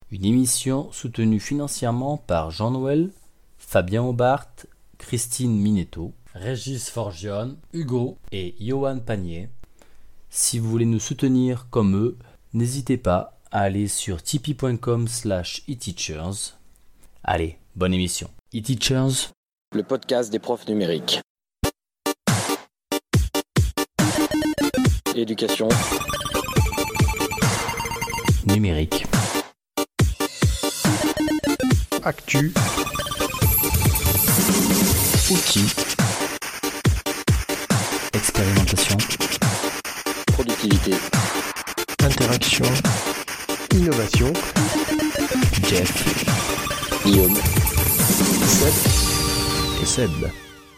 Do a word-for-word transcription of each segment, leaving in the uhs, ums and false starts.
Une émission soutenue financièrement par Jean-Noël, Fabien Aubart, Christine Minetto, Régis Forgione, Hugo et Johan Panier. Si vous voulez nous soutenir comme eux, n'hésitez pas à aller sur tipeee.com slash eTeachers. Allez, bonne émission. eTeachers, le podcast des profs numériques. Éducation numérique. Actu, Outils, expérimentation, productivité, interaction, innovation, Jeff, Guillaume, Seb et Seb.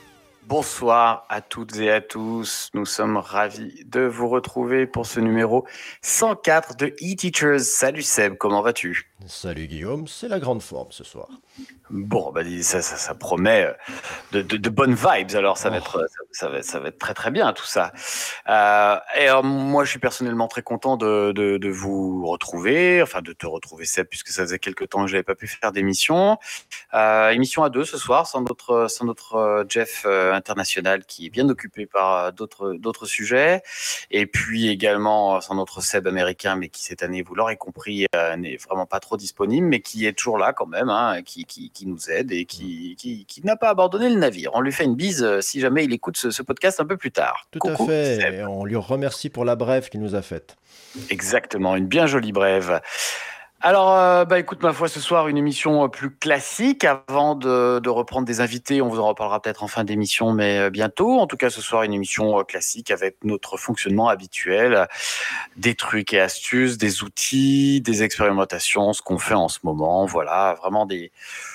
Bonsoir à toutes et à tous, nous sommes ravis de vous retrouver pour ce numéro cent quatre de eTeachers. Salut Seb, comment vas-tu ? Salut Guillaume, c'est la grande forme ce soir. Bon, bah, ça, ça, ça promet de, de, de bonnes vibes, alors ça, Oh. va être, ça, ça, va, ça va être très très bien tout ça. Euh, et alors, moi je suis personnellement très content de, de, de vous retrouver, enfin de te retrouver Seb, puisque ça faisait quelques temps que je n'avais pas pu faire d'émission. Euh, émission à deux ce soir, sans notre, sans notre Jeff euh, international qui est bien occupé par euh, d'autres, d'autres sujets, et puis également euh, sans notre Seb américain, mais qui cette année, vous l'aurez compris, euh, n'est vraiment pas trop disponible, mais qui est toujours là quand même, hein, qui, qui, qui nous aide et qui, qui, qui n'a pas abandonné le navire. On lui fait une bise euh, si jamais il écoute ce, ce podcast un peu plus tard. Tout Coucou, à fait, Seb. et on lui remercie pour la brève qu'il nous a faite. Exactement, une bien jolie brève. Alors, euh, bah écoute, ma foi, ce soir, une émission plus classique. Avant de, de reprendre des invités, on vous en reparlera peut-être en fin d'émission, mais bientôt. En tout cas, ce soir, une émission classique avec notre fonctionnement habituel, des trucs et astuces, des outils, des expérimentations, ce qu'on fait en ce moment. Voilà, vraiment des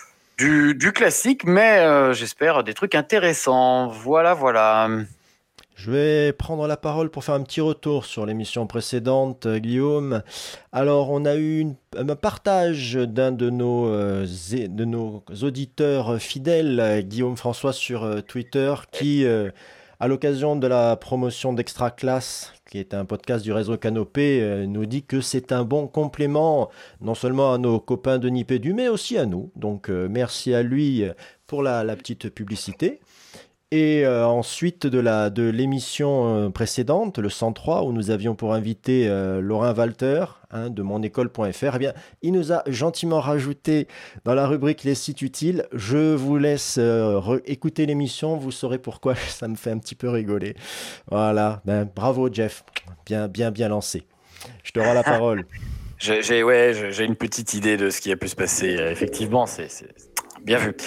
du, du classique, mais euh, j'espère des trucs intéressants. Voilà, voilà. Je vais prendre la parole pour faire un petit retour sur l'émission précédente, euh, Guillaume. Alors, on a eu une- un partage d'un de nos, euh, zé- de nos auditeurs fidèles, euh, Guillaume François, sur euh, Twitter, qui, euh, à l'occasion de la promotion d'Extra Classe, qui est un podcast du réseau Canopé, euh, nous dit que c'est un bon complément, non seulement à nos copains de Nipédu, mais aussi à nous. Donc, euh, merci à lui euh, pour la, la petite publicité. Et euh, ensuite de, la, de l'émission euh, précédente, le cent trois, où nous avions pour invité euh, Laurent Walter, hein, de monécole point f r, eh bien, il nous a gentiment rajouté dans la rubrique Les sites utiles. Je vous laisse euh, re- écouter l'émission, vous saurez pourquoi ça me fait un petit peu rigoler. Voilà, ben, bravo Jeff, bien, bien, bien lancé. Je te rends la parole. J'ai, j'ai, ouais, j'ai une petite idée de ce qui a pu se passer. Effectivement, c'est, c'est bien vu.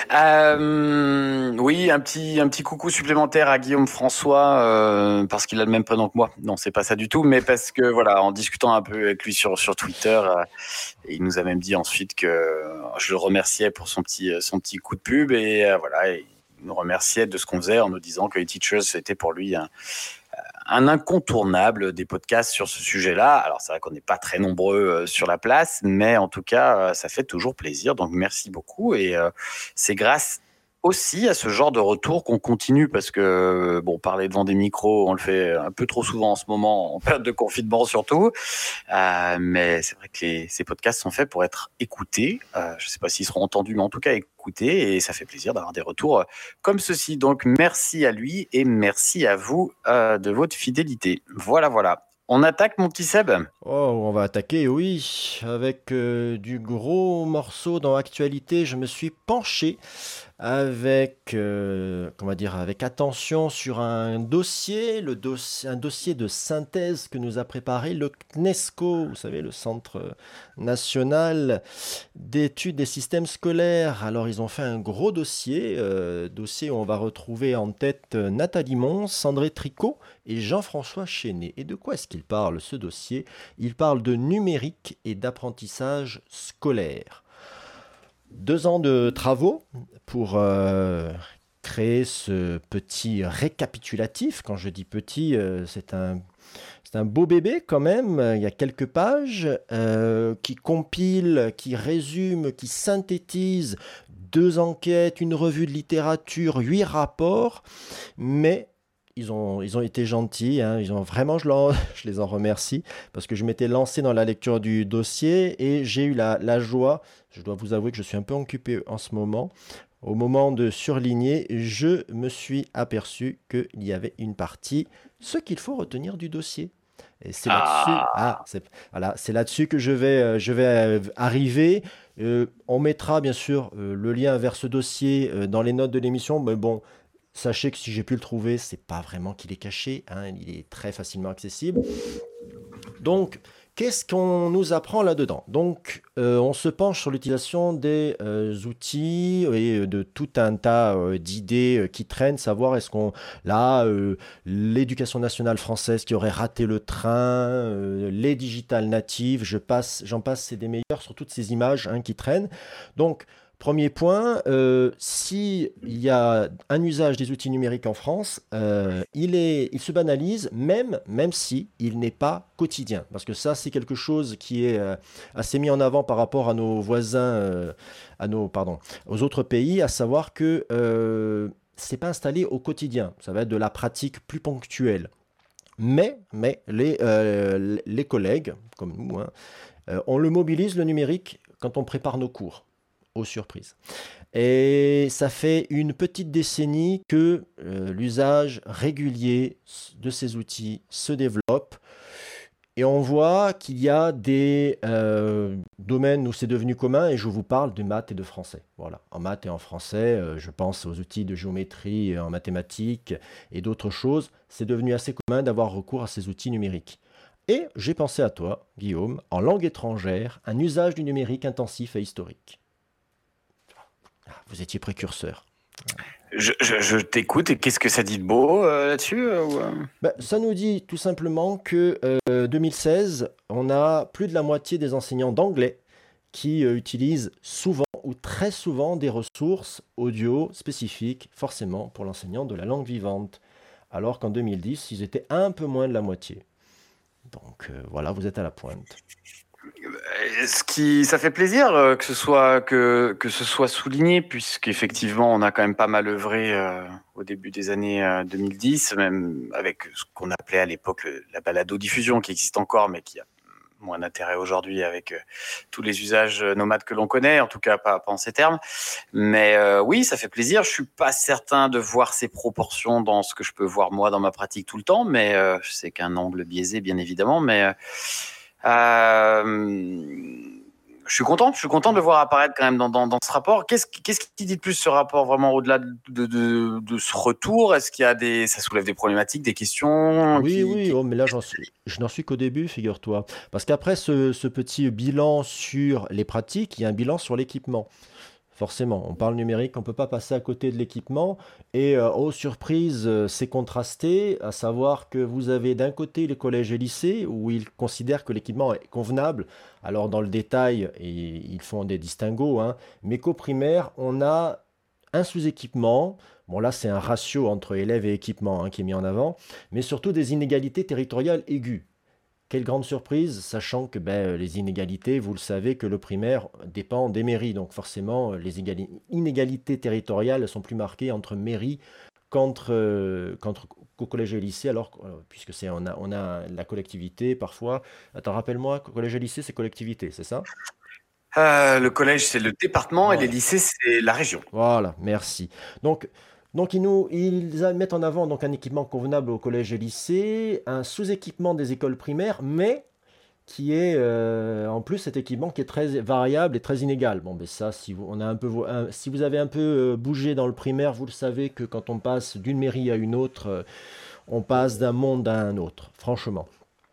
Euh, oui, un petit, un petit coucou supplémentaire à Guillaume François, euh, parce qu'il a le même prénom que moi. Non, c'est pas ça du tout, mais parce que voilà, en discutant un peu avec lui sur, sur Twitter, euh, il nous a même dit ensuite que je le remerciais pour son petit, son petit coup de pub, et euh, voilà, et il nous remerciait de ce qu'on faisait en nous disant que les Teachers, c'était pour lui un, un incontournable des podcasts sur ce sujet-là. Alors, c'est vrai qu'on n'est pas très nombreux euh, sur la place, mais en tout cas, euh, ça fait toujours plaisir. Donc, merci beaucoup. Et euh, c'est grâce aussi à ce genre de retour qu'on continue, parce que, bon, parler devant des micros, on le fait un peu trop souvent en ce moment, en période de confinement surtout. Euh, mais c'est vrai que les, ces podcasts sont faits pour être écoutés. Euh, je ne sais pas s'ils seront entendus, mais en tout cas écoutés. Et ça fait plaisir d'avoir des retours comme ceci. Donc, merci à lui et merci à vous euh, de votre fidélité. Voilà, voilà. On attaque, mon petit Seb ? Oh, on va attaquer, oui, avec euh, du gros morceau dans l'actualité. Je me suis penché avec, euh, comment dire, avec attention sur un dossier, le dossier, un dossier de synthèse que nous a préparé le CNESCO, vous savez, le Centre national d'études des systèmes scolaires. Alors, ils ont fait un gros dossier, euh, dossier où on va retrouver en tête Nathalie Mons, André Tricot et Jean-François Chénet. Et de quoi est-ce qu'il parle, ce dossier ? Il parle de numérique et d'apprentissage scolaire. Deux ans de travaux pour euh, créer ce petit récapitulatif. Quand je dis petit, euh, c'est un, c'est un beau bébé quand même. Il y a quelques pages euh, qui compilent, qui résument, qui synthétisent deux enquêtes, une revue de littérature, huit rapports. Mais ils ont, ils ont été gentils, hein, ils ont vraiment, je, leur- je les en remercie, parce que je m'étais lancé dans la lecture du dossier et j'ai eu la, la joie, je dois vous avouer que je suis un peu occupé en ce moment, au moment de surligner, je me suis aperçu qu'il y avait une partie, ce qu'il faut retenir du dossier. Et c'est là-dessus, Ah, ah, c'est, voilà, c'est là-dessus que je vais, euh, je vais euh, arriver. Euh, on mettra bien sûr euh, le lien vers ce dossier euh, dans les notes de l'émission, mais bon, sachez que si j'ai pu le trouver, c'est pas vraiment qu'il est caché, hein, il est très facilement accessible. Donc, qu'est-ce qu'on nous apprend là-dedans? Donc, euh, on se penche sur l'utilisation des euh, outils et de tout un tas euh, d'idées euh, qui traînent, savoir est-ce qu'on... Là, euh, l'éducation nationale française qui aurait raté le train, euh, les digitales natives, je passe, j'en passe, c'est des meilleurs sur toutes ces images hein, qui traînent. Donc, premier point, euh, s'il y a un usage des outils numériques en France, euh, il est, il se banalise, même, même si il n'est pas quotidien. Parce que ça, c'est quelque chose qui est euh, assez mis en avant par rapport à nos voisins, euh, à nos, pardon, aux autres pays, à savoir que euh, c'est pas installé au quotidien. Ça va être de la pratique plus ponctuelle. Mais, mais les, euh, les collègues, comme nous, hein, euh, on le mobilise, le numérique, quand on prépare nos cours, aux surprises. Et ça fait une petite décennie que euh, l'usage régulier de ces outils se développe. Et on voit qu'il y a des euh, domaines où c'est devenu commun, et je vous parle de maths et de français. Voilà, en maths et en français, euh, je pense aux outils de géométrie, euh, en mathématiques et d'autres choses. C'est devenu assez commun d'avoir recours à ces outils numériques. Et j'ai pensé à toi, Guillaume, en langue étrangère, un usage du numérique intensif et historique. Ah, vous étiez précurseur. je, je, je t'écoute et qu'est-ce que ça dit de beau euh, là-dessus euh, ou, euh Ben, ça nous dit tout simplement que euh, deux mille seize, on a plus de la moitié des enseignants d'anglais qui euh, utilisent souvent ou très souvent des ressources audio spécifiques, forcément pour l'enseignant de la langue vivante. Alors qu'en deux mille dix, ils étaient un peu moins de la moitié. Donc euh, voilà, vous êtes à la pointe. Ce qui, ça fait plaisir euh, que ce soit que que ce soit souligné, puisqu'effectivement on a quand même pas mal œuvré euh, au début des années euh, deux mille dix, même avec ce qu'on appelait à l'époque le- la balado-diffusion, qui existe encore, mais qui a moins d'intérêt aujourd'hui avec euh, tous les usages euh, nomades que l'on connaît, en tout cas pas, pas en ces termes. Mais euh, oui, ça fait plaisir. Je suis pas certain de voir ces proportions dans ce que je peux voir moi dans ma pratique tout le temps, mais euh, c'est qu'un angle biaisé, bien évidemment. Mais euh, euh, je suis content, je suis content de le voir apparaître quand même dans, dans, dans ce rapport. Qu'est-ce, qui- qu'est-ce qui dit de plus ce rapport vraiment au-delà de, de, de, de ce retour? Est-ce qu'il y a des, ça soulève des problématiques, des questions Oui, qui, oui, qui... oh, mais là, j'en suis, je n'en suis qu'au début, figure-toi. Parce qu'après ce, ce petit bilan sur les pratiques, il y a un bilan sur l'équipement. Forcément, on parle numérique, on ne peut pas passer à côté de l'équipement. Et euh, aux surprises, euh, c'est contrasté, à savoir que vous avez d'un côté les collèges et lycées où ils considèrent que l'équipement est convenable. Alors dans le détail, et ils font des distinguos, hein, mais qu'au primaire, on a un sous-équipement. Bon là, c'est un ratio entre élèves et équipement hein, qui est mis en avant, mais surtout des inégalités territoriales aiguës. Quelle grande surprise, sachant que ben, les inégalités, vous le savez, que le primaire dépend des mairies. Donc forcément, les égali- inégalités territoriales sont plus marquées entre mairies qu'entre euh, qu'entre- qu'au collège et lycée, alors que, euh, puisque c'est on a, on a la collectivité parfois. Attends, rappelle-moi, collège et lycée, c'est collectivité, c'est ça? Euh, le collège, c'est le département et les Voilà. lycées, c'est la région. Voilà, merci. Donc, donc ils, nous, ils a- mettent en avant donc, un équipement convenable au collège et lycée, un sous-équipement des écoles primaires, mais qui est euh, en plus cet équipement qui est très variable et très inégal. Bon, ben ça, si vous, on a un peu, vo- un- si vous avez un peu euh, bougé dans le primaire, vous le savez que quand on passe d'une mairie à une autre, euh, on passe d'un monde à un autre, franchement.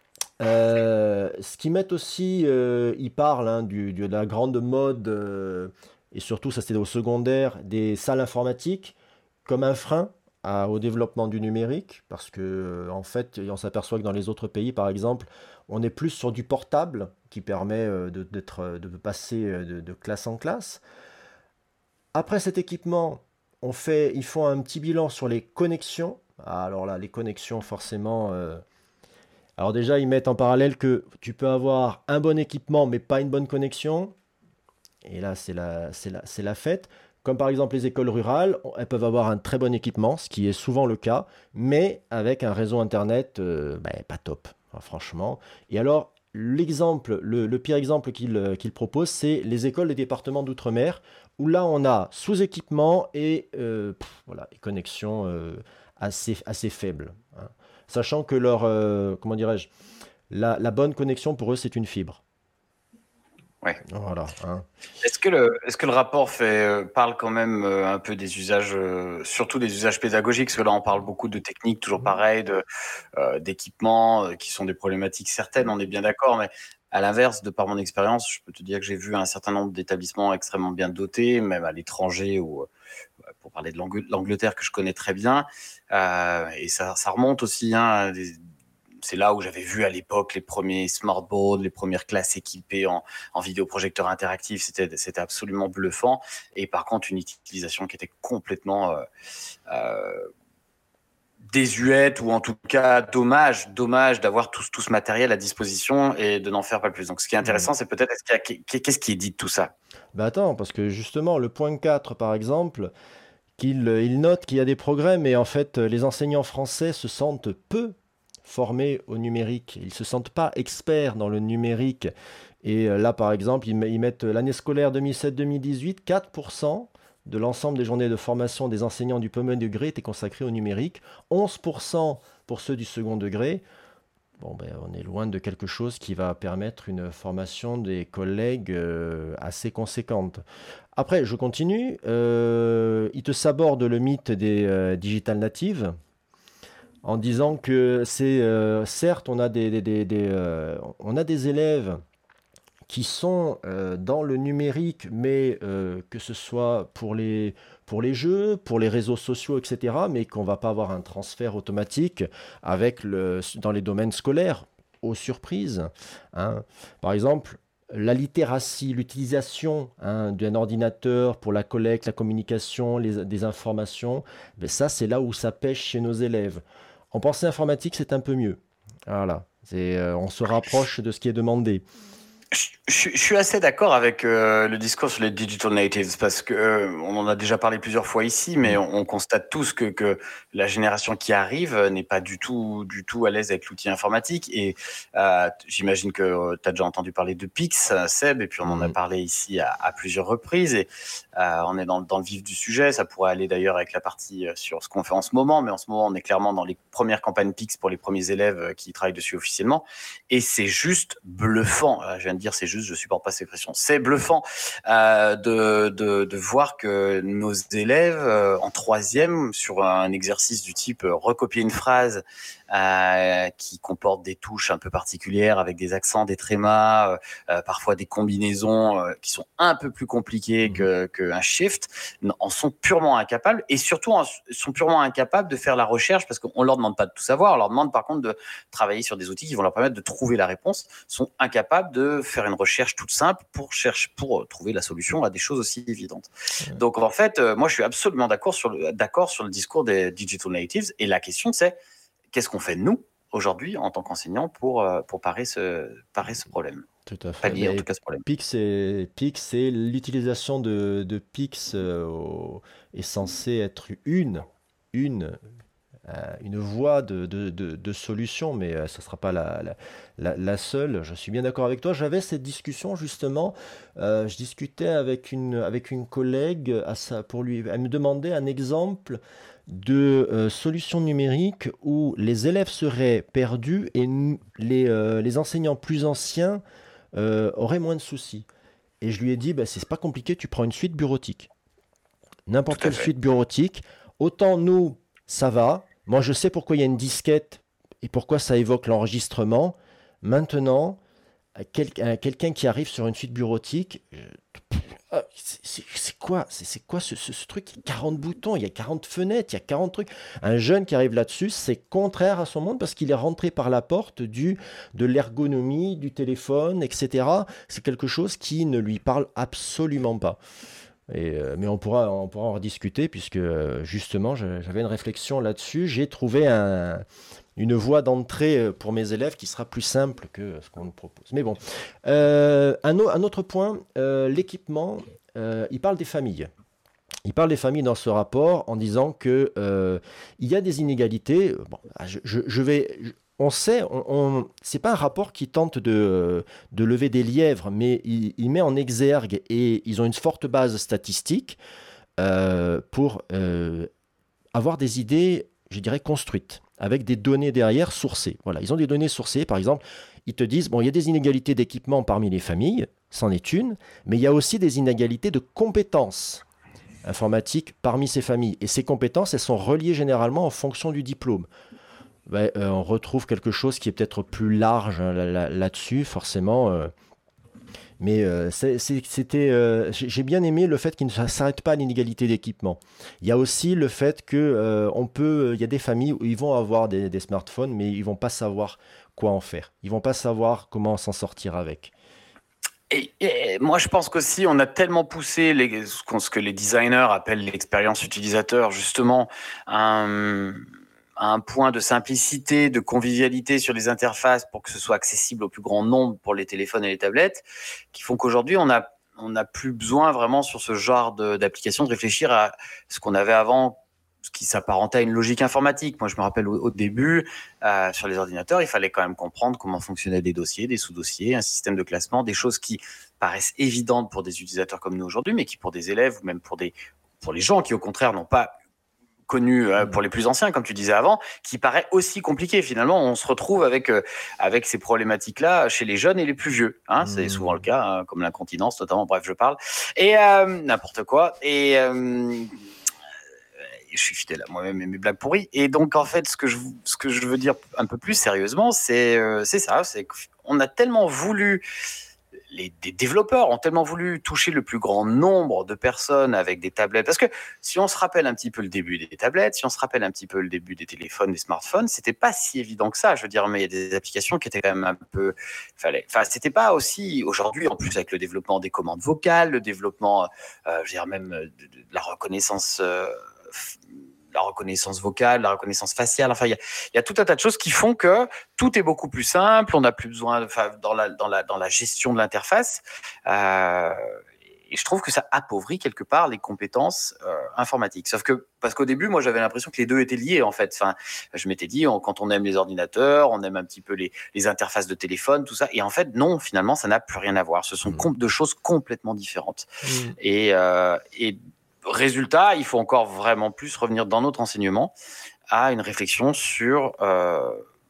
Euh, ce qu'ils mettent aussi, euh, ils parlent hein, du- de la grande mode, euh, et surtout, ça c'était au secondaire, des salles informatiques comme un frein à- au développement du numérique, parce que euh, en fait, on s'aperçoit que dans les autres pays, par exemple, on est plus sur du portable qui permet euh, de, d'être, euh, de passer euh, de, de classe en classe. Après cet équipement, on fait, ils font un petit bilan sur les connexions. Ah, alors là, les connexions, forcément. euh, Alors déjà, ils mettent en parallèle que tu peux avoir un bon équipement, mais pas une bonne connexion. Et là, c'est la, c'est la, c'est la fête. Comme par exemple les écoles rurales, elles peuvent avoir un très bon équipement, ce qui est souvent le cas, mais avec un réseau Internet euh, ben, pas top, enfin, franchement. Et alors, l'exemple, le, le pire exemple qu'il euh, qu'il propose, c'est les écoles des départements d'outre-mer, où là, on a sous-équipement et euh, pff, voilà, des connexions euh, assez, assez faibles, hein. Sachant que leur, euh, comment dirais-je, la, la bonne connexion pour eux, c'est une fibre. Ouais. Voilà, hein. Est-ce que le, est-ce que le rapport fait, euh, parle quand même euh, un peu des usages, euh, surtout des usages pédagogiques, parce que là on parle beaucoup de techniques, toujours pareil, de, euh, d'équipements, euh, qui sont des problématiques certaines, on est bien d'accord, mais à l'inverse, de par mon expérience, je peux te dire que j'ai vu un certain nombre d'établissements extrêmement bien dotés, même à l'étranger, ou euh, pour parler de l'Ang- l'Angleterre que je connais très bien, euh, et ça, ça remonte aussi, hein, à des- c'est là où j'avais vu à l'époque les premiers smartboards, les premières classes équipées en, en vidéoprojecteur interactif. C'était, c'était absolument bluffant. Et par contre, une utilisation qui était complètement euh, euh, désuète, ou en tout cas dommage, dommage d'avoir tout, tout ce matériel à disposition et de n'en faire pas plus. Donc, ce qui est intéressant, c'est peut-être est-ce qu'il y a, qu'est-ce qui est dit de tout ça? Bah attends, parce que justement, le point quatre, par exemple, qu'il il note qu'il y a des progrès, mais en fait, les enseignants français se sentent peu formés au numérique. Ils ne se sentent pas experts dans le numérique. Et euh, là, par exemple, ils, ils mettent l'année scolaire deux mille sept deux mille dix-huit, quatre pour cent de l'ensemble des journées de formation des enseignants du premier degré étaient consacrés au numérique, onze pour cent pour ceux du second degré. Bon, ben, on est loin de quelque chose qui va permettre une formation des collègues euh, assez conséquente. Après, je continue. Euh, il te saborde le mythe des euh, digital natives en disant que c'est euh, certes, on a des, des- des- des, euh, on a des élèves qui sont euh, dans le numérique, mais euh, que ce soit pour les, pour les jeux, pour les réseaux sociaux, et cetera, mais qu'on ne va pas avoir un transfert automatique avec le, dans les domaines scolaires, aux surprises, hein. Par exemple, la littératie, l'utilisation, hein, d'un ordinateur pour la collecte, la communication, les- des informations, ben ça, c'est là où ça pêche chez nos élèves. En pensée informatique, c'est un peu mieux. Voilà. C'est, euh, on se rapproche de ce qui est demandé. Je, je- je suis assez d'accord avec euh, le discours sur les digital natives, parce que euh, on en a déjà parlé plusieurs fois ici, mais on, on constate tous que, que la génération qui arrive euh, n'est pas du tout, du tout à l'aise avec l'outil informatique. Et euh, j'imagine que tu as déjà entendu parler de Pix, euh, Seb, et puis on en a Mhm. parlé ici à, à plusieurs reprises. Et euh, on est dans, dans le vif du sujet. Ça pourrait aller d'ailleurs avec la partie euh, sur ce qu'on fait en ce moment, mais en ce moment, on est clairement dans les premières campagnes Pix pour les premiers élèves euh, qui travaillent dessus officiellement. Et c'est juste bluffant. Euh, Je viens de dire c'est juste, je supporte pas cette expression. C'est bluffant euh, de, de, de voir que nos élèves euh, en troisième, sur un exercice du type euh, recopier une phrase euh, qui comporte des touches un peu particulières avec des accents, des trémas, euh, euh, parfois des combinaisons euh, qui sont un peu plus compliquées que, qu'un shift, en sont purement incapables, et surtout en sont purement incapables de faire la recherche, parce qu'on leur demande pas de tout savoir, on leur demande par contre de travailler sur des outils qui vont leur permettre de trouver la réponse, sont incapables de faire une recherche toute simple pour chercher, pour trouver la solution à des choses aussi évidentes. Ouais. Donc en fait, euh, moi je suis absolument d'accord sur le, d'accord sur le discours des digital natives, et la question c'est qu'est-ce qu'on fait nous aujourd'hui en tant qu'enseignants pour, euh, pour parer ce, parer ce problème, Tout à fait. pallier en Mais tout cas ce problème. Pix, est, Pix, c'est l'utilisation de, de Pix euh, au- est censée être une, une, euh, une voie de, de, de- de solution, mais euh, ça ne sera pas la, la, la- la seule. Je suis bien d'accord avec toi. J'avais cette discussion justement. Euh, je discutais avec une, avec une collègue à ça, pour lui. Elle me demandait un exemple de euh, solution numérique où les élèves seraient perdus et n- les, euh, les enseignants plus anciens euh, auraient moins de soucis. Et je lui ai dit, bah, c'est pas compliqué, tu prends une suite bureautique. N'importe Tout à quelle fait. suite bureautique. Autant nous, ça va. Moi, je sais pourquoi il y a une disquette et pourquoi ça évoque l'enregistrement. Maintenant, à quel- à quelqu'un qui arrive sur une suite bureautique, euh, ah, c'est c'est- c'est quoi, c'est c'est quoi ce, ce- ce truc? Il y a quarante boutons, il y a quarante fenêtres, il y a quarante trucs. Un jeune qui arrive là-dessus, c'est contraire à son monde parce qu'il est rentré par la porte du, de l'ergonomie, du téléphone, et cetera. C'est quelque chose qui ne lui parle absolument pas. Et, euh, mais on pourra, on pourra en rediscuter puisque euh, justement je- j'avais une réflexion là-dessus. J'ai trouvé un- une voie d'entrée euh, pour mes élèves qui sera plus simple que ce qu'on nous propose. Mais bon, Euh, un, au- un autre point, euh, l'équipement, euh, il parle des familles. il parle des familles dans ce rapport en disant que euh, il y a des inégalités. Bon, je, je- je vais, je- on sait, on, on- c'est pas un rapport qui tente de, de lever des lièvres, mais il, il met en exergue et ils ont une forte base statistique euh, pour euh, avoir des idées, je dirais, construites, avec des données derrière sourcées. Voilà, ils ont des données sourcées, par exemple, ils te disent, bon, il y a des inégalités d'équipement parmi les familles, c'en est une, mais il y a aussi des inégalités de compétences informatiques parmi ces familles. Et ces compétences, elles sont reliées généralement en fonction du diplôme. Ouais, euh, on retrouve quelque chose qui est peut-être plus large hein, là- là- là-dessus, forcément. euh, mais euh, c'est- c'est- c'était, euh, j'ai j'ai bien aimé le fait qu'il ne s'arrête pas à l'inégalité d'équipement. Il y a aussi le fait que euh, on peut, il y a des familles où ils vont avoir des, des smartphones, mais ils vont pas savoir quoi en faire. Ils vont pas savoir comment s'en sortir avec. Et, et moi, je pense qu'aussi, on a tellement poussé les, ce qu'on- ce que les designers appellent l'expérience utilisateur, justement, à un, à un point de simplicité, de convivialité sur les interfaces pour que ce soit accessible au plus grand nombre pour les téléphones et les tablettes, qui font qu'aujourd'hui, on a, on n'a plus besoin vraiment sur ce genre de- d'application de réfléchir à ce qu'on avait avant, ce qui s'apparentait à une logique informatique. Moi, je me rappelle au, au début, euh, sur les ordinateurs, il fallait quand même comprendre comment fonctionnaient des dossiers, des sous-dossiers, un système de classement, des choses qui paraissent évidentes pour des utilisateurs comme nous aujourd'hui, mais qui pour des élèves ou même pour des pour les gens qui au contraire n'ont pas connu euh, pour les plus anciens, comme tu disais avant, qui paraît aussi compliqué. Finalement, on se retrouve avec euh, avec ces problématiques-là chez les jeunes et les plus vieux. Hein, c'est souvent le cas, hein, comme l'incontinence notamment. Bref, je parle et euh, n'importe quoi. Et euh, je suis fidèle à moi-même et mes blagues pourries. Et donc, en fait, ce que je, ce que je veux dire un peu plus sérieusement, c'est euh, c'est ça, c'est qu'on a tellement voulu, les des développeurs ont tellement voulu toucher le plus grand nombre de personnes avec des tablettes. Parce que si on se rappelle un petit peu le début des tablettes, si on se rappelle un petit peu le début des téléphones, des smartphones, c'était pas si évident que ça. Je veux dire, mais il y a des applications qui étaient quand même un peu, fallait, enfin, c'était pas aussi aujourd'hui, en plus avec le développement des commandes vocales, le développement, euh, je veux dire même de, de, de la reconnaissance. Euh, la reconnaissance vocale, la reconnaissance faciale. Enfin, il y a, il y a tout un tas de choses qui font que tout est beaucoup plus simple. On n'a plus besoin, enfin, dans la, dans la, dans la gestion de l'interface. Euh, et je trouve que ça appauvrit quelque part les compétences euh, informatiques. Sauf que, parce qu'au début, moi, j'avais l'impression que les deux étaient liés, en fait. Enfin, je m'étais dit, on, quand on aime les ordinateurs, on aime un petit peu les, les interfaces de téléphone, tout ça. Et en fait, non, finalement, ça n'a plus rien à voir. Ce sont com- deux choses complètement différentes. Mmh. Et, euh, et résultat, il faut encore vraiment plus revenir dans notre enseignement à une réflexion sur euh,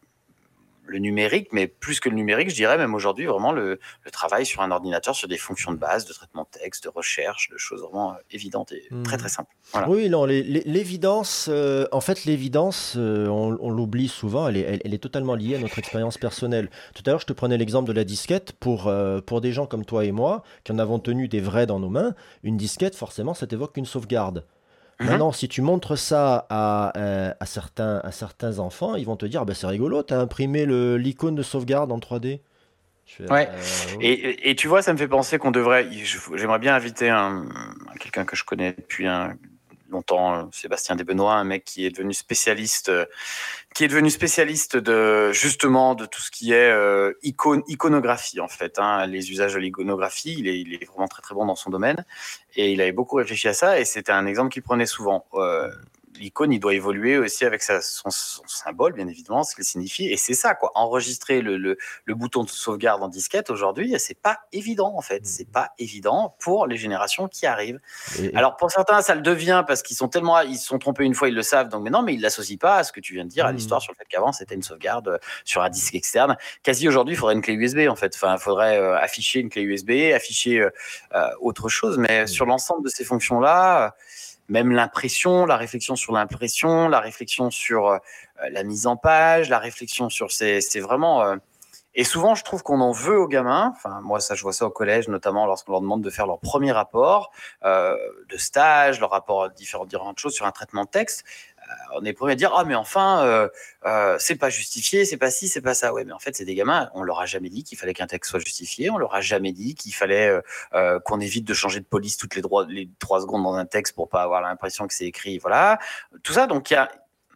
le numérique, mais plus que le numérique, je dirais même aujourd'hui vraiment le, le travail sur un ordinateur, sur des fonctions de base, de traitement de texte, de recherche, de choses vraiment évidentes et mmh. très très simples. Voilà. Oui, non, les, les, l'évidence, euh, en fait, l'évidence, euh, on, on l'oublie souvent, elle est, elle, elle est totalement liée à notre expérience personnelle. Tout à l'heure, je te prenais l'exemple de la disquette. Pour, euh, pour des gens comme toi et moi, qui en avons tenu des vrais dans nos mains, une disquette, forcément, ça t'évoque une sauvegarde. Mmh. Maintenant, si tu montres ça à, euh, à, certains, à certains enfants, ils vont te dire, bah, c'est rigolo, tu as imprimé le, l'icône de sauvegarde en trois D. Fais, ouais. Euh, ouais. Et, et tu vois, ça me fait penser qu'on devrait. J'aimerais bien inviter un, quelqu'un que je connais depuis un, longtemps, Sébastien Desbenoît, un mec qui est devenu spécialiste, qui est devenu spécialiste de justement de tout ce qui est euh, icône, iconographie en fait, hein, les usages de l'iconographie. Il est, il est vraiment très très bon dans son domaine et il avait beaucoup réfléchi à ça. Et c'était un exemple qu'il prenait souvent. Euh, L'icône, il doit évoluer aussi avec sa, son, son symbole, bien évidemment, ce qu'il signifie. Et c'est ça, quoi. Enregistrer le, le, le bouton de sauvegarde en disquette, aujourd'hui, c'est pas évident, en fait. C'est pas évident pour les générations qui arrivent. Et... Alors, pour certains, ça le devient parce qu'ils sont tellement, ils se sont trompés une fois, ils le savent. Donc, mais non, mais ils l'associent pas à ce que tu viens de dire, mmh. à l'histoire sur le fait qu'avant, c'était une sauvegarde sur un disque externe. Quasi aujourd'hui, il faudrait une clé U S B, en fait. Enfin, il faudrait euh, afficher une clé U S B, afficher euh, euh, autre chose. Mais mmh. sur l'ensemble de ces fonctions-là, euh, même l'impression, la réflexion sur l'impression, la réflexion sur euh, la mise en page, la réflexion sur ces, c'est vraiment. Euh, et souvent, je trouve qu'on en veut aux gamins. Enfin, moi, ça, je vois ça au collège, notamment lorsqu'on leur demande de faire leur premier rapport euh, de stage, leur rapport à différentes, différentes choses sur un traitement de texte. Euh, on est premier à dire ah mais enfin, euh, euh, c'est pas justifié, c'est pas ci, c'est pas ça. Ouais, mais en fait, c'est des gamins. On leur a jamais dit qu'il fallait qu'un texte soit justifié. On leur a jamais dit qu'il fallait euh, euh, qu'on évite de changer de police toutes les, droits, les trois secondes dans un texte pour pas avoir l'impression que c'est écrit. Voilà, tout ça. Donc il y a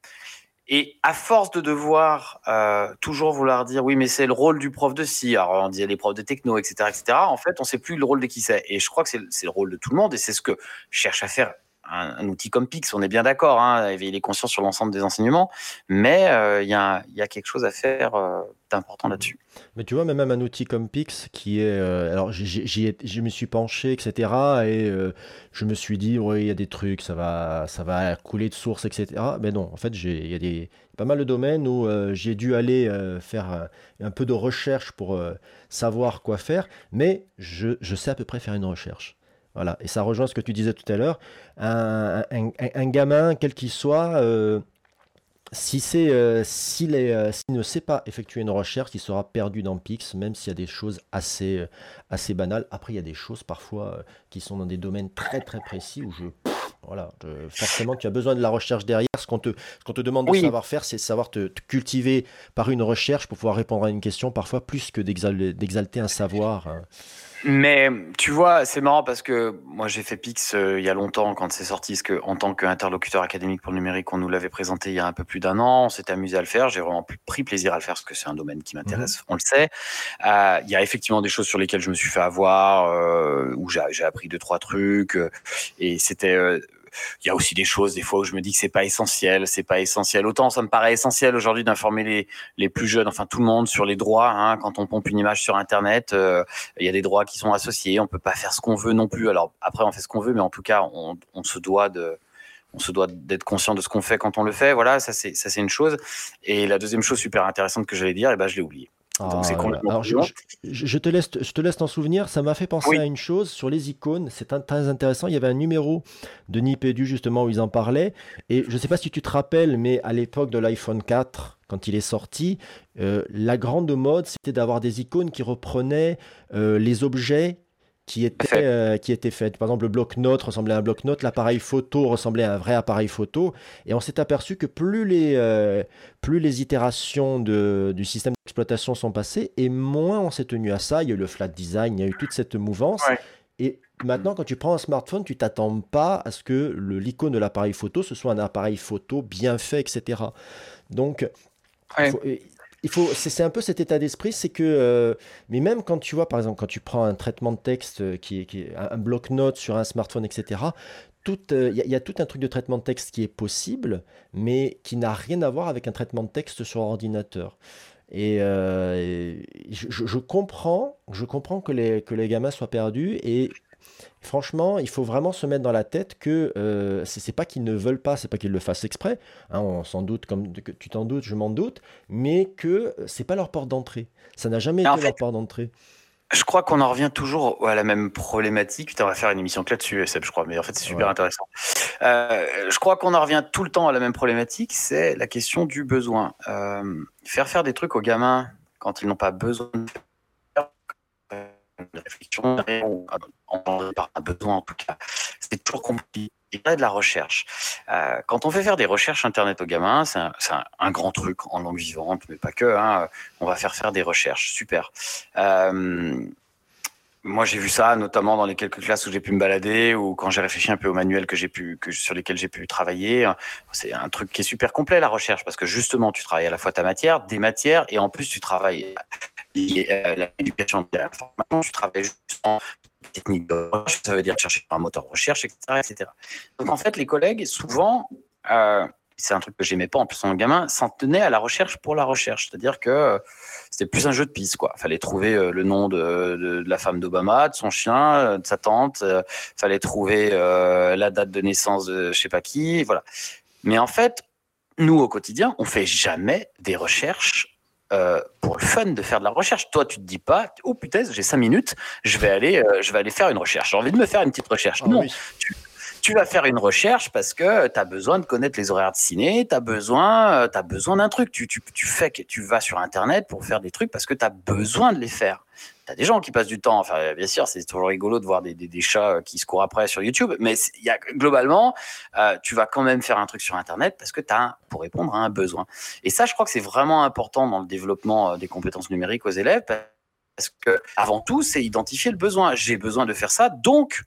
et à force de devoir euh, toujours vouloir dire oui mais c'est le rôle du prof de ci, alors on disait les profs de techno, et cetera, et cetera. En fait, on sait plus le rôle de qui c'est. Et je crois que c'est, c'est le rôle de tout le monde et c'est ce que cherche à faire un, un outil comme Pix, on est bien d'accord, hein, éveiller les consciences sur l'ensemble des enseignements, mais il euh, y, y a quelque chose à faire euh, d'important là-dessus. Mais tu vois, même un outil comme Pix qui est. Euh, alors, j'y, j'y ai- je me suis penché, et cetera. Et euh, je me suis dit, oui, il y a des trucs, ça va, ça va couler de source, et cetera. Mais non, en fait, j'ai, il y a des, pas mal de domaines où euh, j'ai dû aller euh, faire un, un peu de recherche pour euh, savoir quoi faire. Mais je, je sais à peu près faire une recherche. Voilà. Et ça rejoint ce que tu disais tout à l'heure. Un, un- un- un gamin, quel qu'il soit. euh, si c'est, euh, s'il est, euh, s'il ne sait pas effectuer une recherche, il sera perdu dans Pix, même s'il y a des choses assez, euh, assez banales. Après, il y a des choses parfois euh, qui sont dans des domaines très très précis où je, pff, voilà, je- forcément, tu as besoin de la recherche derrière. Ce qu'on te, ce qu'on te demande de Oui, savoir faire, c'est de savoir te, te cultiver par une recherche pour pouvoir répondre à une question, parfois plus que d'exal- d'exalter un savoir, hein. mais tu vois, c'est marrant parce que moi j'ai fait Pix euh, il y a longtemps quand c'est sorti, parce que en tant qu'interlocuteur académique pour le numérique, on nous l'avait présenté il y a un peu plus d'un an, on s'était amusé à le faire, j'ai vraiment pr- pris plaisir à le faire parce que c'est un domaine qui Mhm. m'intéresse, on le sait. Euh, Il y a effectivement des choses sur lesquelles je me suis fait avoir, euh, où j'ai j'ai appris deux trois trucs, euh, et c'était euh, il y a aussi des choses, des fois, où je me dis que c'est pas essentiel, c'est pas essentiel. Autant ça me paraît essentiel aujourd'hui d'informer les, les plus jeunes, enfin tout le monde, sur les droits. Hein, quand on pompe une image sur Internet, euh, il y a des droits qui sont associés. On peut pas faire ce qu'on veut non plus. Alors après, on fait ce qu'on veut, mais en tout cas, on, on se doit de on se doit d'être conscient de ce qu'on fait quand on le fait. Voilà, ça c'est ça c'est une chose. Et la deuxième chose super intéressante que j'allais dire, eh ben je l'ai oublié. Donc c'est Ah là là. complètement Alors, je, brouillon. je- je- je te laisse, je te laisse t'en souvenir. Ça m'a fait penser à Oui, une chose sur les icônes. C'est un- très intéressant. Il y avait un numéro de Nipédu justement où ils en parlaient. Et je ne sais pas si tu te rappelles, mais à l'époque de l'iPhone quatre, quand il est sorti, euh, la grande mode, c'était d'avoir des icônes qui reprenaient euh, les objets qui étaient, fait. euh, qui étaient faits. Par exemple, le bloc-notes ressemblait à un bloc-notes, l'appareil photo ressemblait à un vrai appareil photo. Et on s'est aperçu que plus les, euh, plus les itérations de- du système d'exploitation sont passées, et moins on s'est tenu à ça. Il y a eu le flat design, il y a eu toute cette mouvance. Ouais. Et maintenant, quand tu prends un smartphone, tu t'attends pas à ce que le- l'icône de l'appareil photo, ce soit un appareil photo bien fait, et cetera. Donc, il Ouais. faut, il faut, c'est c'est un peu cet état d'esprit, c'est que, euh, mais même quand tu vois, par exemple, quand tu prends un traitement de texte euh, qui est, qui est un, un bloc-notes sur un smartphone, et cetera, tout, euh, il y, a il y a tout un truc de traitement de texte qui est possible, mais qui n'a rien à voir avec un traitement de texte sur ordinateur. Et, euh, et je, je- je comprends, je comprends que les, que les gamins soient perdus, et franchement, il faut vraiment se mettre dans la tête que euh, c'est c'est pas qu'ils ne veulent pas, c'est pas qu'ils le fassent exprès, hein, on s'en doute comme que tu t'en doutes, je m'en doute, mais que c'est pas leur porte d'entrée. Ça n'a jamais En été fait, leur porte d'entrée. je crois qu'on en revient toujours à la même problématique. Putain, on va faire une émission que là-dessus, Seb, je crois, mais en fait, c'est super Ouais. intéressant. Euh, je crois qu'on en revient tout le temps à la même problématique, c'est la question du besoin. Euh, faire faire des trucs aux gamins quand ils n'ont pas besoin de faire euh, une réflexion ou engendrée par un besoin en tout cas, c'est toujours compliqué. Il y a de la recherche. Euh, quand on fait faire des recherches internet aux gamins, c'est un, c'est un, un grand truc en langue vivante, mais pas que. Hein, on va faire faire des recherches, super. Euh, Moi, j'ai vu ça, notamment dans les quelques classes où j'ai pu me balader ou quand j'ai réfléchi un peu aux manuels que j'ai pu, que, sur lesquels j'ai pu travailler. C'est un truc qui est super complet, la recherche, parce que justement, tu travailles à la fois ta matière, des matières, et en plus, tu travailles euh, l'éducation de l'information, tu travailles justement technique de recherche, ça veut dire chercher un moteur de recherche, et cetera, et cetera. Donc, en fait, les collègues, souvent, euh, c'est un truc que j'aimais pas en plus en gamin, s'en tenaient à la recherche pour la recherche. C'est-à-dire que euh, c'était plus un jeu de piste, quoi. Fallait trouver euh, le nom de, de, de la femme d'Obama, de son chien, euh, de sa tante. Euh, fallait trouver euh, la date de naissance de je sais pas qui. Voilà. Mais en fait, nous au quotidien, on fait jamais des recherches euh, pour le fun de faire de la recherche. Toi, tu te dis pas, oh putain, j'ai cinq minutes, je vais aller, euh, je vais aller faire une recherche. J'ai envie de me faire une petite recherche. Ah Non, oui. tu, tu vas faire une recherche parce que tu as besoin de connaître les horaires de ciné, tu as besoin, euh, t'as besoin d'un truc. Tu, tu, tu, fais, que- tu vas sur Internet pour faire des trucs parce que tu as besoin de les faire. Tu as des gens qui passent du temps. Enfin, bien sûr, c'est toujours rigolo de voir des, des, des chats qui se courent après sur YouTube, mais il y a, globalement, euh, tu vas quand même faire un truc sur Internet parce que tu as pour répondre à un besoin. Et ça, je crois que c'est vraiment important dans le développement euh, des compétences numériques aux élèves parce que, avant tout, c'est identifier le besoin. J'ai besoin de faire ça, donc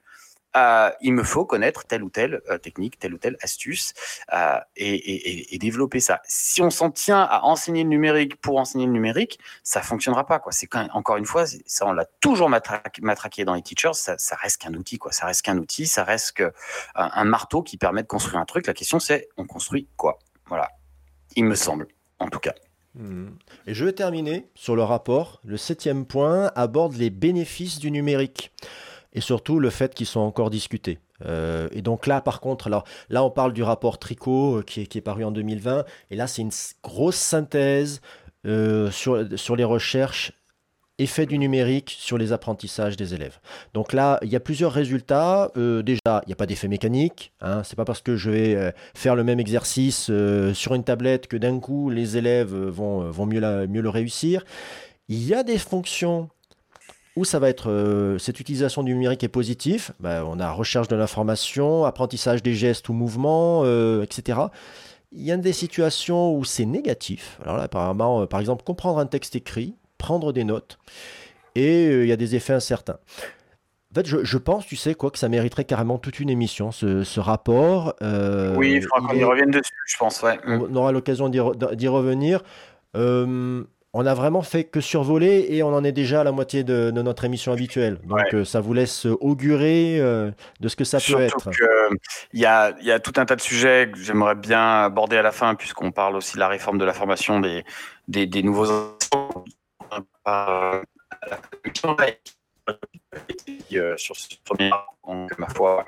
euh, il me faut connaître telle ou telle euh, technique, telle ou telle astuce euh, et, et, et développer ça. Si on s'en tient à enseigner le numérique pour enseigner le numérique, ça fonctionnera pas, quoi. C'est quand même, encore une fois, ça on l'a toujours matraqué, matraqué dans les teachers, ça, ça reste qu'un outil, quoi. Ça reste qu'un outil, ça reste qu'un un marteau qui permet de construire un truc. La question c'est, on construit quoi? Voilà, il me semble, en tout cas. Et je vais terminer sur le rapport. Le septième point aborde les bénéfices du numérique et surtout le fait qu'ils sont encore discutés. Euh, et donc là, par contre, alors là, on parle du rapport Tricot euh, qui est, qui est paru en deux mille vingt. Et là, c'est une s- grosse synthèse euh, sur, sur les recherches effet du numérique sur les apprentissages des élèves. Donc là, il y a plusieurs résultats. Euh, déjà, il n'y a pas d'effet mécanique. Hein. C'est pas parce que je vais euh, faire le même exercice euh, sur une tablette que d'un coup, les élèves euh, vont, euh, vont mieux, la- mieux le réussir. Il y a des fonctions où ça va être, euh, cette utilisation du numérique est positive. Ben, on a recherche de l'information, apprentissage des gestes ou mouvements, euh, et cetera. Il y a des situations où c'est négatif. Alors là, apparemment, euh, par exemple, comprendre un texte écrit, prendre des notes, et euh, il y a des effets incertains. En fait, je, je pense, tu sais quoi, que ça mériterait carrément toute une émission, ce, ce rapport. Euh, Oui, il faudra il qu'on y est, revienne dessus, je pense. Ouais. Mm. on aura l'occasion d'y, re- d'y revenir. Euh, on a vraiment fait que survoler et on en est déjà à la moitié de, de notre émission habituelle. Donc, Ouais. euh, ça vous laisse augurer euh, de ce que ça peut Surtout être. qu'il y a, y a tout un tas de sujets que j'aimerais bien aborder à la fin, puisqu'on parle aussi de la réforme de la formation des, des, des nouveaux enseignants, euh, à la commission, là, et, euh, sur ce premier donc, ma foi.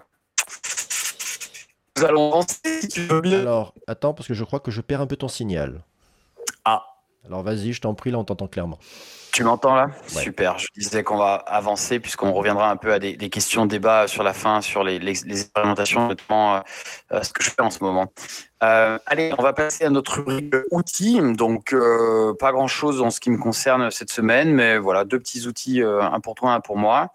Nous allons avancer, si tu veux bien. Alors, attends, parce que je crois que je perds un peu ton signal. Ah, Alors, vas-y, je t'en prie, là, on t'entend clairement. tu m'entends là? Ouais. Super. Je disais qu'on va avancer puisqu'on reviendra un peu à des, des questions, débats sur la fin, sur les, les, les expérimentations, notamment euh, euh, ce que je fais en ce moment. Euh, allez, on va passer à notre rubrique outils. Donc, euh, pas grand-chose en ce qui me concerne cette semaine, mais voilà, deux petits outils, euh, un pour toi, un pour moi.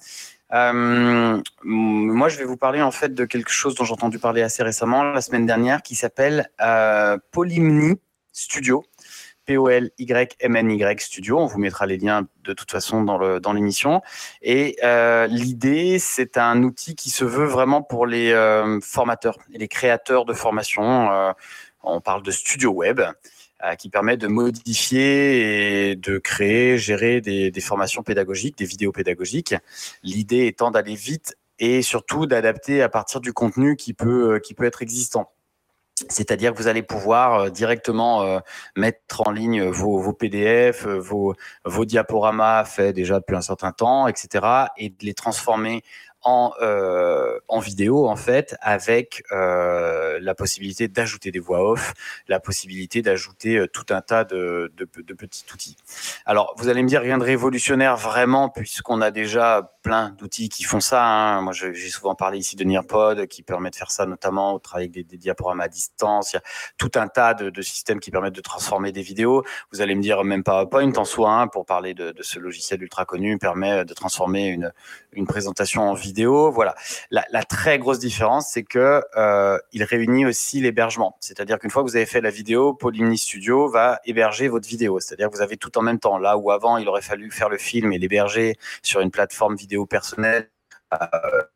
Euh, moi, je vais vous parler en fait de quelque chose dont j'ai entendu parler assez récemment, la semaine dernière, qui s'appelle euh, Polymni Studio. P O L Y M N Y Studio. On vous mettra les liens de toute façon dans, le, dans l'émission. Et euh, l'idée, c'est un outil qui se veut vraiment pour les euh, formateurs et les créateurs de formation. Euh, on parle de studio web euh, qui permet de modifier et de créer, gérer des, des formations pédagogiques, des vidéos pédagogiques. L'idée étant d'aller vite et surtout d'adapter à partir du contenu qui peut, qui peut être existant. C'est-à-dire que vous allez pouvoir euh, directement euh, mettre en ligne vos, vos P D F, euh, vos, vos diaporamas faits déjà depuis un certain temps, et cetera, et de les transformer en, euh, en vidéo, en fait, avec euh, la possibilité d'ajouter des voix off, la possibilité d'ajouter euh, tout un tas de, de, de petits outils. Alors, vous allez me dire rien de révolutionnaire vraiment, puisqu'on a déjà plein d'outils qui font ça. Hein. Moi, je, j'ai souvent parlé ici de Nearpod, qui permet de faire ça notamment au travail avec des, des diaporamas à distance. Il y a tout un tas de, de systèmes qui permettent de transformer des vidéos. Vous allez me dire même PowerPoint en soi, hein, pour parler de, de ce logiciel ultra connu, permet de transformer une, une présentation en vidéo. Voilà. La, la très grosse différence, c'est que euh, il réunit aussi l'hébergement. C'est-à-dire qu'une fois que vous avez fait la vidéo, Polymni Studio va héberger votre vidéo. C'est-à-dire que vous avez tout en même temps. Là où avant, il aurait fallu faire le film et l'héberger sur une plateforme vidéo personnelle, euh,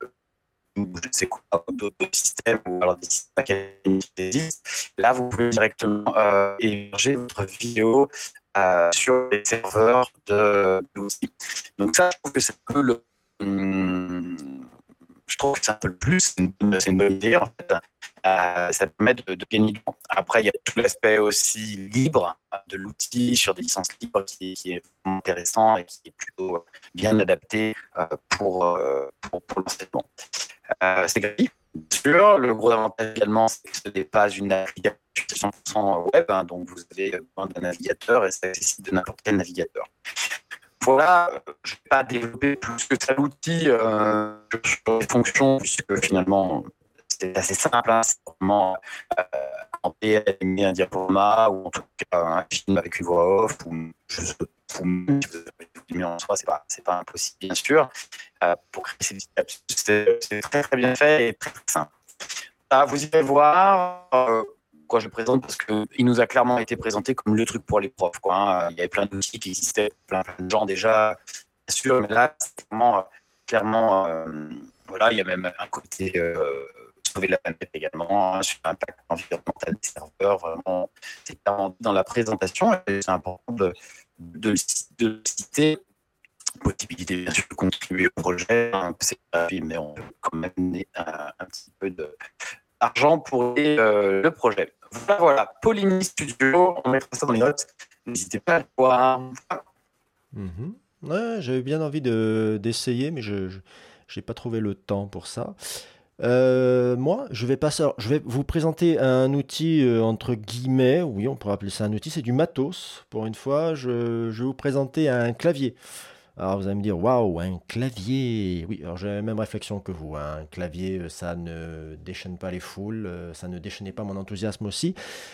je ne sais quoi, d'autres systèmes ou alors des systèmes qui existent. Là, vous pouvez directement euh, héberger votre vidéo euh, sur les serveurs de l'outil. Donc ça, je trouve que c'est un peu le hum, je trouve que c'est un peu le plus, c'est une, c'est une bonne idée en fait. Euh, ça permet de, de gagner du temps. Après, il y a tout l'aspect aussi libre de l'outil sur des licences libres qui, qui est intéressant et qui est plutôt bien adapté euh, pour, euh, pour, pour l'enseignement. Euh, c'est gratuit, bien sûr. Le gros avantage également, c'est que ce n'est pas une application cent pour cent web, hein, donc vous avez besoin d'un navigateur et c'est accessible de n'importe quel navigateur. Voilà, je ne vais pas développer plus que ça l'outil euh, sur les fonctions, puisque finalement, c'est assez simple. Hein, c'est vraiment euh, animer un diaporama ou en tout cas un film avec une voix off ou juste filmer en soi, c'est pas, c'est pas impossible, bien sûr. Euh, pour créer ces petites apps, c'est, c'est très très bien fait et très, très simple. Ah, vous irez voir. Euh, Quoi, je le présente parce qu'il nous a clairement été présenté comme le truc pour les profs. Quoi, hein. Il y avait plein d'outils qui existaient, plein, plein de gens déjà, bien sûr, mais là, c'est vraiment, clairement, euh, voilà, il y a même un côté euh, sauver la planète également, hein, sur l'impact environnemental des serveurs. Vraiment, c'est clairement dans la présentation et c'est important de, de, de le citer. Possibilité bien sûr de contribuer au projet, hein, c'est gratuit, mais on peut quand même donner un, un petit peu d'argent pour les, euh, le projet. Voilà, voilà, Polymy Studio, on mettra ça dans les notes. N'hésitez pas à le voir. Mhm. Ouais, j'avais bien envie de, d'essayer, mais je n'ai pas trouvé le temps pour ça. Euh, moi, je vais passer, alors, je vais vous présenter un outil euh, entre guillemets, oui, on pourrait appeler ça un outil, c'est du matos. Pour une fois, je, je vais vous présenter un clavier. Alors vous allez me dire, waouh, un clavier. Oui, alors j'ai la même réflexion que vous, hein. Un clavier, euh, ça ne déchaîne pas les foules, euh, ça ne déchaînait pas mon enthousiasme aussi.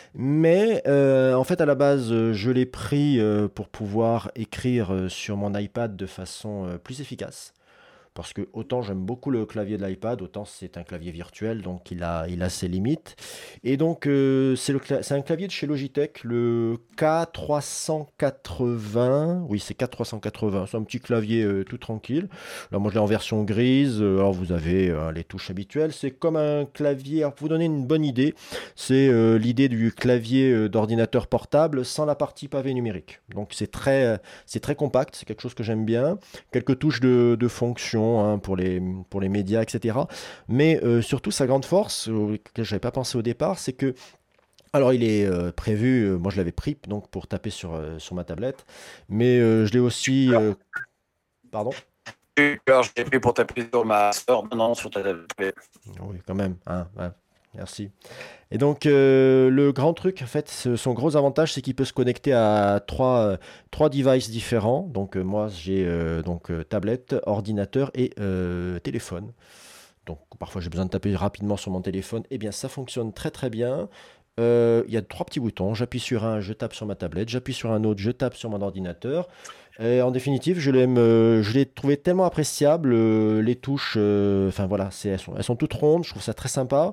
Mais euh, en fait, à la base, euh, je l'ai pris euh, pour pouvoir écrire euh, sur mon iPad de façon euh, plus efficace. Parce que autant j'aime beaucoup le clavier de l'iPad, autant c'est un clavier virtuel, donc il a, il a ses limites. Et donc euh, c'est, le cla- c'est un clavier de chez Logitech, le K trois cent quatre-vingts. Oui, c'est K trois cent quatre-vingts, c'est un petit clavier euh, tout tranquille. Là, moi je l'ai en version grise, euh, alors vous avez euh, les touches habituelles. C'est comme un clavier, alors pour vous donner une bonne idée, c'est euh, l'idée du clavier euh, d'ordinateur portable sans la partie pavé numérique. Donc c'est très, euh, c'est très compact, c'est quelque chose que j'aime bien. Quelques touches de, de fonction hein, pour les, pour les médias, et cetera. Mais euh, surtout, sa grande force, euh, que je n'avais pas pensé au départ, c'est que, alors il est euh, prévu, euh, moi je l'avais pris donc, pour taper sur, euh, sur ma tablette, mais euh, je l'ai aussi... euh, pardon? Alors, je l'ai pris pour taper sur ma sœur, non, non, sur ta tablette. Oui, quand même. Hein, ouais. Merci. Et donc, euh, le grand truc, en fait, ce- son gros avantage, c'est qu'il peut se connecter à trois, euh, trois devices différents. Donc, euh, moi, j'ai euh, donc euh, tablette, ordinateur et euh, téléphone. Donc, parfois, j'ai besoin de taper rapidement sur mon téléphone. Eh bien, ça fonctionne très, très bien. Euh, Il y a trois petits boutons. J'appuie sur un, je tape sur ma tablette. J'appuie sur un autre, je tape sur mon ordinateur. Et en définitive, je l'aime, euh, je l'ai trouvé tellement appréciable. euh, les touches, euh, enfin voilà, c'est, elles sont, elles sont toutes rondes. Je trouve ça très sympa.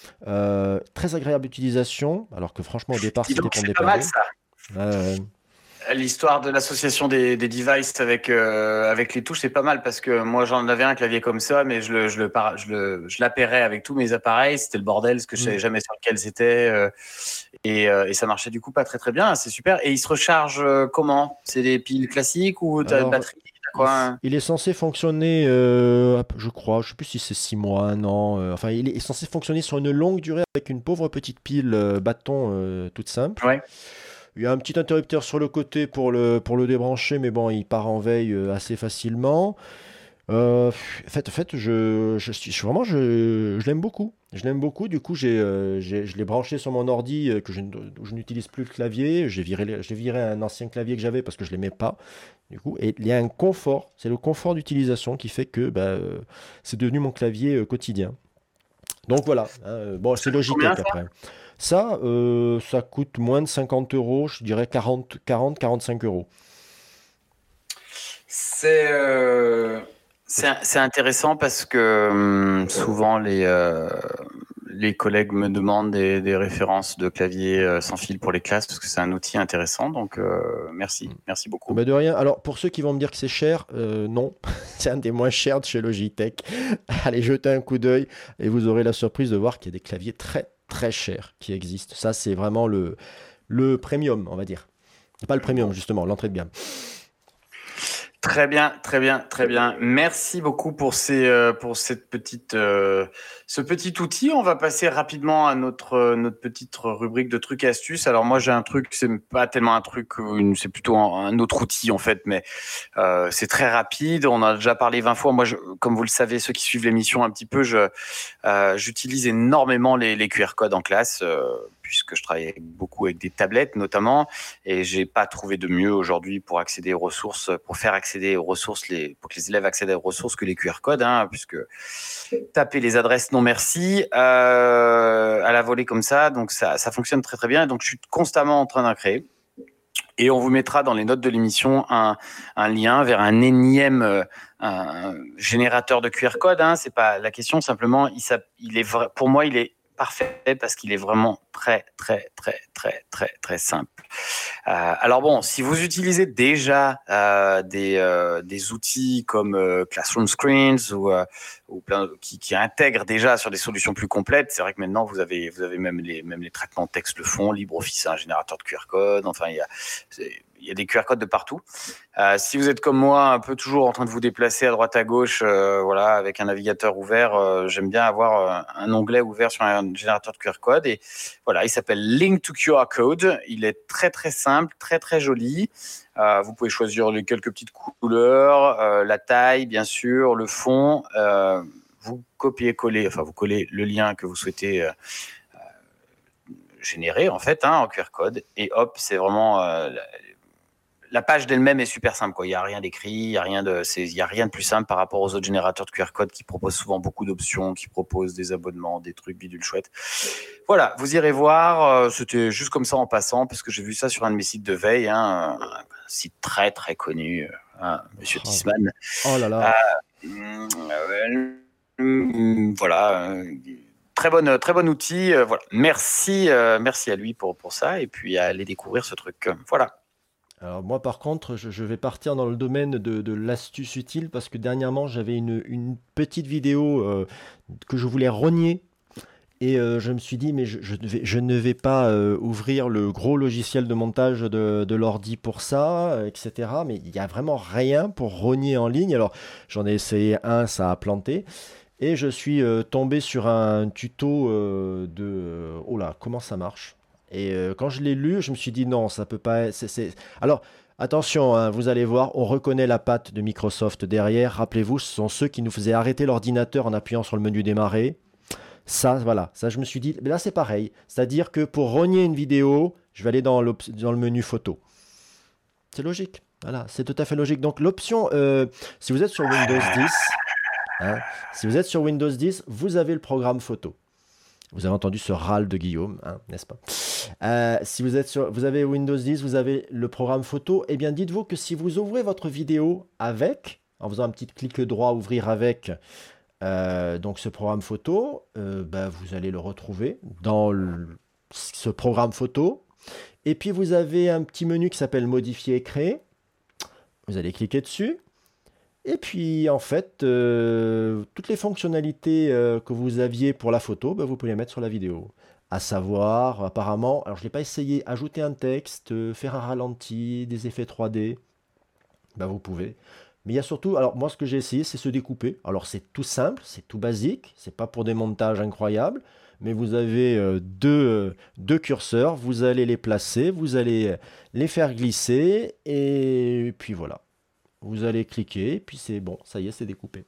Euh, très agréable d'utilisation, alors que franchement, au départ, Dis c'était donc, pour me c'est pas mal dépanner. ça. Euh, L'histoire de l'association des, des devices avec, euh, avec les touches, c'est pas mal parce que moi j'en avais un clavier comme ça, mais je le, je le, para- je le, je l'appairais avec tous mes appareils. C'était le bordel parce que je savais mm. jamais sur lequel c'était euh, et, euh, et ça marchait du coup pas très très bien. C'est super. Et il se recharge euh, comment? C'est des piles classiques ou t'as une Alors, batterie? T'as il, quoi, s- hein? il est censé fonctionner, euh, je crois, je sais plus si c'est six mois, un an. euh, enfin, il est censé fonctionner sur une longue durée avec une pauvre petite pile euh, bâton euh, toute simple. Ouais. Il y a un petit interrupteur sur le côté pour le, pour le débrancher, mais bon, il part en veille euh, assez facilement. Euh, en fait, en fait, je, je suis je- vraiment, je, je l'aime beaucoup. Je l'aime beaucoup. Du coup, j'ai, euh, j'ai- je l'ai branché sur mon ordi euh, que je, n- où je n'utilise plus le clavier. J'ai viré, les- j'ai viré un ancien clavier que j'avais parce que je l'aimais pas. Du coup, et il y a un confort. C'est le confort d'utilisation qui fait que bah, euh, c'est devenu mon clavier euh, quotidien. Donc voilà. Hein, euh, bon, c'est Combien Logitech ça? après. Ça, euh, ça coûte moins de cinquante euros. Je dirais quarante, quarante, quarante-cinq euros. C'est euh, c'est c'est intéressant parce que hum, souvent les euh, les collègues me demandent des, des références de clavier euh, sans fil pour les classes parce que c'est un outil intéressant. Donc euh, merci, merci Ah beaucoup. bah de rien. Alors, pour ceux qui vont me dire que c'est cher, euh, non. C'est un des moins chers de chez Logitech. Allez jeter un coup d'œil et vous aurez la surprise de voir qu'il y a des claviers très très chers qui existent. Ça, c'est vraiment le, le premium, on va dire. Pas le premium, Bon. justement, l'entrée de gamme. Très bien, très bien, très bien. Merci beaucoup pour ces, euh, pour cette petite, euh, ce petit outil. On va passer rapidement à notre, euh, notre petite rubrique de trucs et astuces. Alors moi, j'ai un truc, c'est pas tellement un truc, euh, une- c'est plutôt un, un autre outil en fait, mais euh, c'est très rapide. On a déjà parlé vingt fois. Moi, je, comme vous le savez, ceux qui suivent l'émission un petit peu, je, euh, j'utilise énormément les, les Q R codes en classe. Euh, puisque je travaille beaucoup avec des tablettes notamment, et j'ai pas trouvé de mieux aujourd'hui pour accéder aux ressources, pour faire accéder aux ressources, les, pour que les élèves accèdent aux ressources que les Q R codes, hein, puisque taper les adresses non merci euh, à la volée comme ça, donc ça, ça fonctionne très très bien. Et donc je suis constamment en train d'en créer. Et on vous mettra dans les notes de l'émission un, un lien vers un énième euh, un générateur de Q R code. Hein, c'est pas la question, simplement, il, il est vrai, pour moi, il est parfait parce qu'il est vraiment très, très, très, très, très, très simple. Euh, alors bon, si vous utilisez déjà euh, des, euh, des outils comme euh, Classroom Screens ou, euh, ou plein de, qui, qui intègrent déjà sur des solutions plus complètes, c'est vrai que maintenant vous avez, vous avez même les, même les traitements de texte le font, LibreOffice, un générateur de Q R code, enfin il y a, il y a des Q R codes de partout. Euh, si vous êtes comme moi, un peu toujours en train de vous déplacer à droite à gauche, euh, voilà, avec un navigateur ouvert, euh, j'aime bien avoir euh, un onglet ouvert sur un générateur de Q R code. Et voilà, il s'appelle Link to Q R Code. Il est très très simple, très très joli. Euh, vous pouvez choisir les quelques petites couleurs, euh, la taille, bien sûr, le fond. Euh, vous copiez-collez, enfin vous collez le lien que vous souhaitez euh, générer en fait, hein, en Q R code. Et hop, c'est vraiment euh, la page d'elle-même est super simple, quoi. Il n'y a rien d'écrit, il n'y a rien de, c'est, il y a rien de plus simple par rapport aux autres générateurs de Q R code qui proposent souvent beaucoup d'options, qui proposent des abonnements, des trucs bidules chouettes. Voilà, vous irez voir. C'était juste comme ça en passant, parce que j'ai vu ça sur un de mes sites de veille, hein, un site très très connu, hein, Monsieur Oh. Tissman. Oh là là. Euh, euh, voilà. Euh, Très bon, très bon outil. Euh, voilà. Merci, euh, merci à lui pour, pour ça, et puis à aller découvrir ce truc. Voilà. Alors moi par contre, je, je vais partir dans le domaine de, de l'astuce utile parce que dernièrement j'avais une, une petite vidéo euh, que je voulais rogner et euh, je me suis dit mais je, je, ne, vais, je ne vais pas euh, ouvrir le gros logiciel de montage de, de l'ordi pour ça, euh, et cetera. Mais il n'y a vraiment rien pour rogner en ligne. Alors j'en ai essayé un, ça a planté. Et je suis euh, tombé sur un tuto euh, de... euh, oh là, comment ça marche? Et euh, quand je l'ai lu, je me suis dit non, ça peut pas être... c'est- c'est- Alors, attention, hein, vous allez voir, on reconnaît la patte de Microsoft derrière. Rappelez-vous, ce sont ceux qui nous faisaient arrêter l'ordinateur en appuyant sur le menu démarrer. Ça, voilà, ça je me suis dit, mais là c'est pareil. C'est-à-dire que pour rogner une vidéo, je vais aller dans, l'op- dans le menu photo. C'est logique. Voilà, c'est tout à fait logique. Donc l'option, euh, si vous êtes sur Windows dix, hein, si vous êtes sur Windows dix, vous avez le programme photo. Vous avez entendu ce râle de Guillaume, hein, n'est-ce pas? Euh, si vous, êtes sur, vous avez Windows dix, vous avez le programme photo, eh bien dites-vous que si vous ouvrez votre vidéo avec, en faisant un petit clic droit, ouvrir avec euh, donc ce programme photo, euh, ben, vous allez le retrouver dans le- ce programme photo. Et puis vous avez un petit menu qui s'appelle Modifier et créer. Vous allez cliquer dessus. Et puis, en fait, euh, toutes les fonctionnalités euh, que vous aviez pour la photo, ben, vous pouvez les mettre sur la vidéo. À savoir, apparemment, alors je ne l'ai pas essayé, ajouter un texte, euh, faire un ralenti, des effets trois D, ben, vous pouvez. Mais il y a surtout, alors moi ce que j'ai essayé, c'est se découper. Alors c'est tout simple, c'est tout basique, c'est pas pour des montages incroyables, mais vous avez euh, deux, euh, deux curseurs, vous allez les placer, vous allez les faire glisser, et puis voilà. Vous allez cliquer, et puis c'est bon, ça y est, c'est découpé.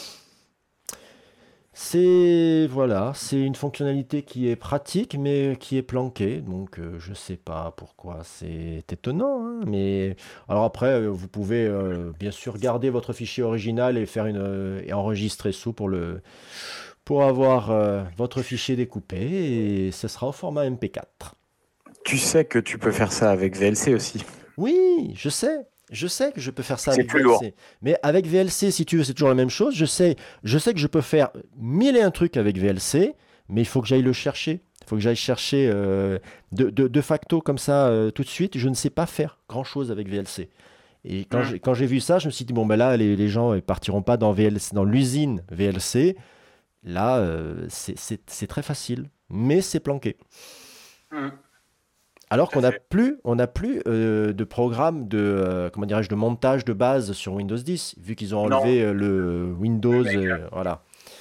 C'est voilà, c'est une fonctionnalité qui est pratique, mais qui est planquée. Donc euh, je sais pas pourquoi c'est étonnant, hein, mais alors après, euh, vous pouvez euh, bien sûr garder votre fichier original et faire une euh, et enregistrer sous pour le pour avoir euh, votre fichier découpé et ce sera au format M P quatre. Tu sais que tu peux faire ça avec V L C aussi. Oui, je sais. Je sais que je peux faire ça C'est avec plus V L C. lourd. Mais avec V L C, si tu veux, c'est toujours la même chose. Je sais, je sais que je peux faire mille et un trucs avec V L C, mais il faut que j'aille le chercher. Il faut que j'aille chercher euh, de, de- de facto comme ça euh, tout de suite. Je ne sais pas faire grand-chose avec V L C. Et quand Mm. j'ai quand j'ai vu ça, je me suis dit, bon, ben là, les, les gens ne partiront pas dans V L C, dans l'usine V L C. Là, euh, c'est c'est- c'est très facile, mais c'est planqué. Mm. Alors Tout à qu'on n'a fait. plus, on n'a plus euh, de programme de, euh, comment dirais-je, de montage de base sur Windows dix, vu qu'ils ont Non. enlevé euh, le Windows, euh, voilà.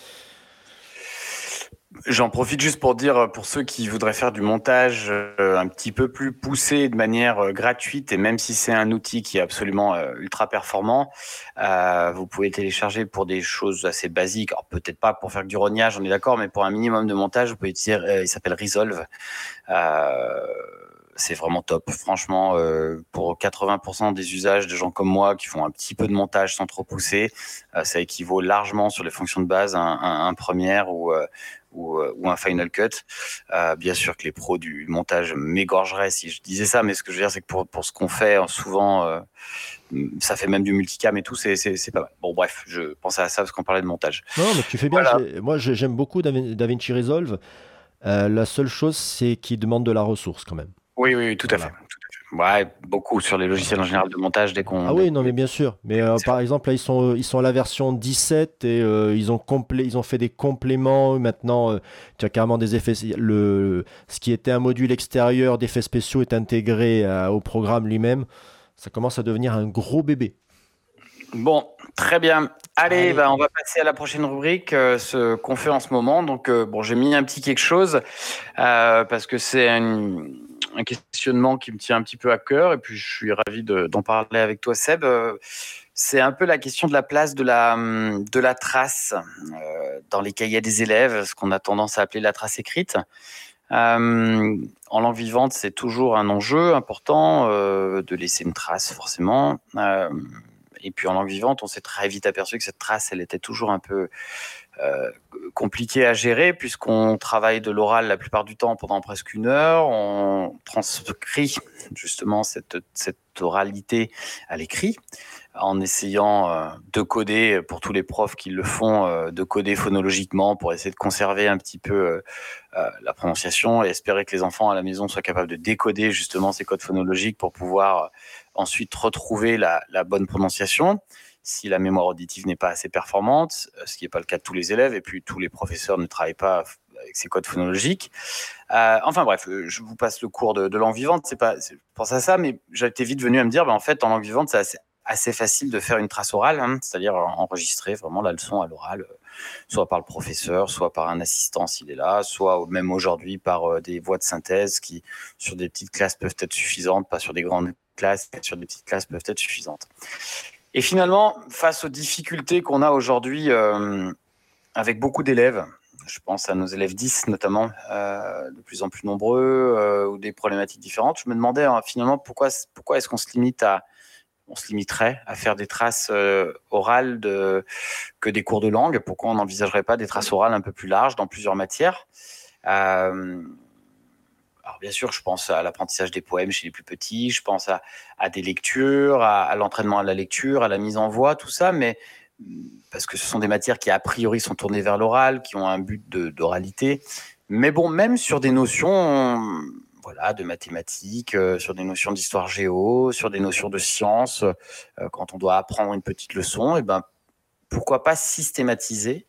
J'en profite juste pour dire, pour ceux qui voudraient faire du montage euh, un petit peu plus poussé de manière euh, gratuite, et même si c'est un outil qui est absolument euh, ultra performant, euh, vous pouvez télécharger pour des choses assez basiques. Alors peut-être pas pour faire que du rognage, on est d'accord, mais pour un minimum de montage, vous pouvez utiliser, euh, il s'appelle Resolve. Euh, c'est vraiment top. Franchement, euh, pour quatre-vingts pour cent des usages de gens comme moi qui font un petit peu de montage sans trop pousser, euh, ça équivaut largement sur les fonctions de base à un, un, un Premiere ou, euh, ou, euh, ou un Final Cut. Euh, bien sûr que les pros du montage m'égorgeraient si je disais ça, mais ce que je veux dire, c'est que pour, pour ce qu'on fait, souvent, euh, ça fait même du multicam et tout, c'est, c'est, c'est pas mal. Bon, bref, je pensais à ça parce qu'on parlait de montage. Non, mais tu fais bien. Voilà. j'ai- Moi, j'ai- j'aime beaucoup Davi- DaVinci Resolve. Euh, la seule chose, c'est qu'ils demandent de la ressource quand même. Oui, oui, oui, tout à Voilà. fait. Tout à fait. Ouais, beaucoup sur les logiciels en général de montage dès qu'on. Ah dès oui, non, qu'on- mais bien sûr. Mais euh, C'est par vrai. exemple, là, ils sont, ils sont à la version dix-sept et euh, ils ont complé- ils ont fait des compléments. Maintenant, euh, tu as carrément des effets. Le, ce qui était un module extérieur d'effets spéciaux est intégré euh, au programme lui-même. Ça commence à devenir un gros bébé. Bon, très bien. Allez, Allez. bah, on va passer à la prochaine rubrique, euh, ce qu'on fait en ce moment. Donc, euh, bon, j'ai mis un petit quelque chose euh, parce que c'est un, un questionnement qui me tient un petit peu à cœur et puis je suis ravi de- d'en parler avec toi, Seb. Euh, c'est un peu la question de la place de la, hum, de la trace euh, dans les cahiers des élèves, ce qu'on a tendance à appeler la trace écrite. Euh, en langue vivante, c'est toujours un enjeu important euh, de laisser une trace, forcément. Euh, et puis en langue vivante, on s'est très vite aperçu que cette trace, elle était toujours un peu euh, compliquée à gérer, puisqu'on travaille de l'oral la plupart du temps pendant presque une heure. On transcrit justement cette, cette oralité à l'écrit, en essayant euh, de coder, pour tous les profs qui le font, euh, de coder phonologiquement pour essayer de conserver un petit peu euh, euh, la prononciation et espérer que les enfants à la maison soient capables de décoder justement ces codes phonologiques pour pouvoir euh, ensuite retrouver la, la bonne prononciation si la mémoire auditive n'est pas assez performante, ce qui n'est pas le cas de tous les élèves, et puis tous les professeurs ne travaillent pas avec ces codes phonologiques. Euh, enfin bref, je vous passe le cours de, de langue vivante, c'est pas, c'est, je pense à ça, mais j'étais vite venu à me dire, ben en fait, en langue vivante, c'est assez, assez facile de faire une trace orale, hein, c'est-à-dire enregistrer vraiment la leçon à l'oral, soit par le professeur, soit par un assistant s'il est là, soit même aujourd'hui par euh, des voix de synthèse qui, sur des petites classes, peuvent être suffisantes, pas sur des grandes classes, mais sur des petites classes peuvent être suffisantes. Et finalement, face aux difficultés qu'on a aujourd'hui euh, avec beaucoup d'élèves, je pense à nos élèves dix notamment, euh, de plus en plus nombreux, euh, ou des problématiques différentes, je me demandais hein, finalement pourquoi, pourquoi est-ce qu'on se limite à, on se limiterait à faire des traces euh, orales de, que des cours de langue, pourquoi on n'envisagerait pas des traces orales un peu plus larges dans plusieurs matières. Euh, alors bien sûr, je pense à l'apprentissage des poèmes chez les plus petits, je pense à, à des lectures, à, à l'entraînement à la lecture, à la mise en voix, tout ça, mais parce que ce sont des matières qui a priori sont tournées vers l'oral, qui ont un but de, d'oralité. Mais bon, même sur des notions, voilà, de mathématiques, euh, sur des notions d'histoire géo, sur des notions de sciences, euh, quand on doit apprendre une petite leçon, et ben pourquoi pas systématiser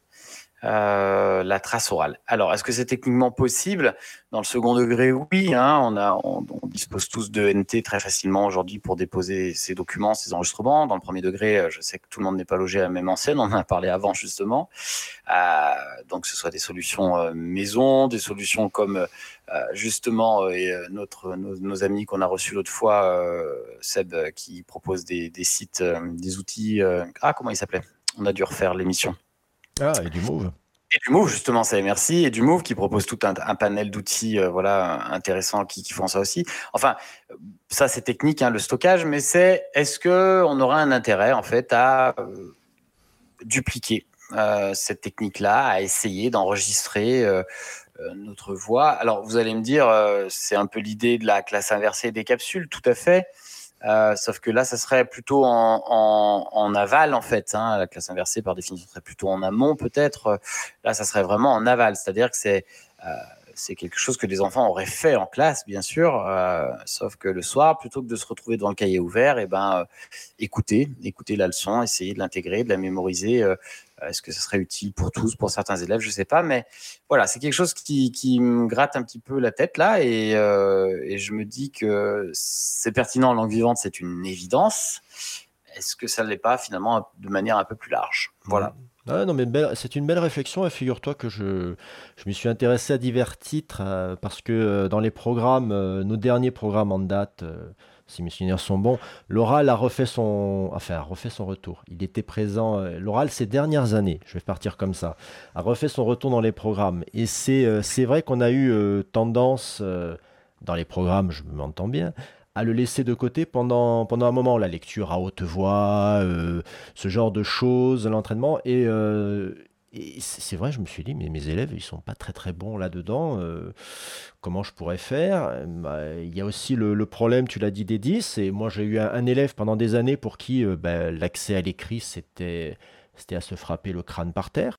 Euh, la trace orale. Alors, est-ce que c'est techniquement possible? Dans le second degré, oui. Hein, on, a, on, on dispose tous de N T très facilement aujourd'hui pour déposer ces documents, ces enregistrements. Dans le premier degré, je sais que tout le monde n'est pas logé à la même enseigne. On en a parlé avant, justement. Euh, donc, ce soit des solutions euh, maison, des solutions comme, euh, justement, euh, notre, nos, nos amis qu'on a reçus l'autre fois, euh, Seb, qui propose des, des sites, euh, des outils... Euh, ah, comment il s'appelait? On a dû refaire l'émission. Ah, et du Move. Et du Move, justement, ça merci. Et du Move qui propose tout un, un panel d'outils euh, voilà, intéressants qui, qui font ça aussi. Enfin, ça, c'est technique, hein, le stockage, mais c'est est-ce qu'on aura un intérêt, en fait, à euh, dupliquer euh, cette technique-là, à essayer d'enregistrer euh, euh, notre voix? Alors, vous allez me dire, euh, c'est un peu l'idée de la classe inversée des capsules, tout à fait. Euh, sauf que là, ça serait plutôt en, en, en aval, en fait. Hein. La classe inversée, par définition, serait plutôt en amont, peut-être. Là, ça serait vraiment en aval. C'est-à-dire que c'est, euh, c'est quelque chose que les enfants auraient fait en classe, bien sûr. Euh, sauf que le soir, plutôt que de se retrouver dans le cahier ouvert, eh ben, euh, écouter, écouter la leçon, essayer de l'intégrer, de la mémoriser. Euh, est-ce que ça serait utile pour tous, pour certains élèves? Je ne sais pas. Mais voilà, c'est quelque chose qui, qui me gratte un petit peu la tête là. Et, euh, et je me dis que c'est pertinent en langue vivante, c'est une évidence. Est-ce que ça ne l'est pas finalement de manière un peu plus large? Voilà. Ah, non, mais belle- c'est une belle réflexion et figure-toi que je, je m'y suis intéressé à divers titres euh, parce que euh, dans les programmes, euh, nos derniers programmes en date, euh, si mes souvenirs sont bons, l'oral a refait son, enfin, a refait son retour. Il était présent, euh, l'oral ces dernières années, je vais partir comme ça, a refait son retour dans les programmes. Et c'est euh, c'est vrai qu'on a eu euh, tendance, euh, dans les programmes, je m'entends bien, à le laisser de côté pendant, pendant un moment, la lecture à haute voix, euh, ce genre de choses, l'entraînement. Et, euh, et c'est c'est vrai, je me suis dit, mais mes élèves, ils sont pas très très bons là-dedans. Euh, comment je pourrais faire? Bah, il y a aussi le, le problème, tu l'as dit, des dix. Et moi, j'ai eu un, un élève pendant des années pour qui euh, bah, l'accès à l'écrit, c'était, c'était à se frapper le crâne par terre.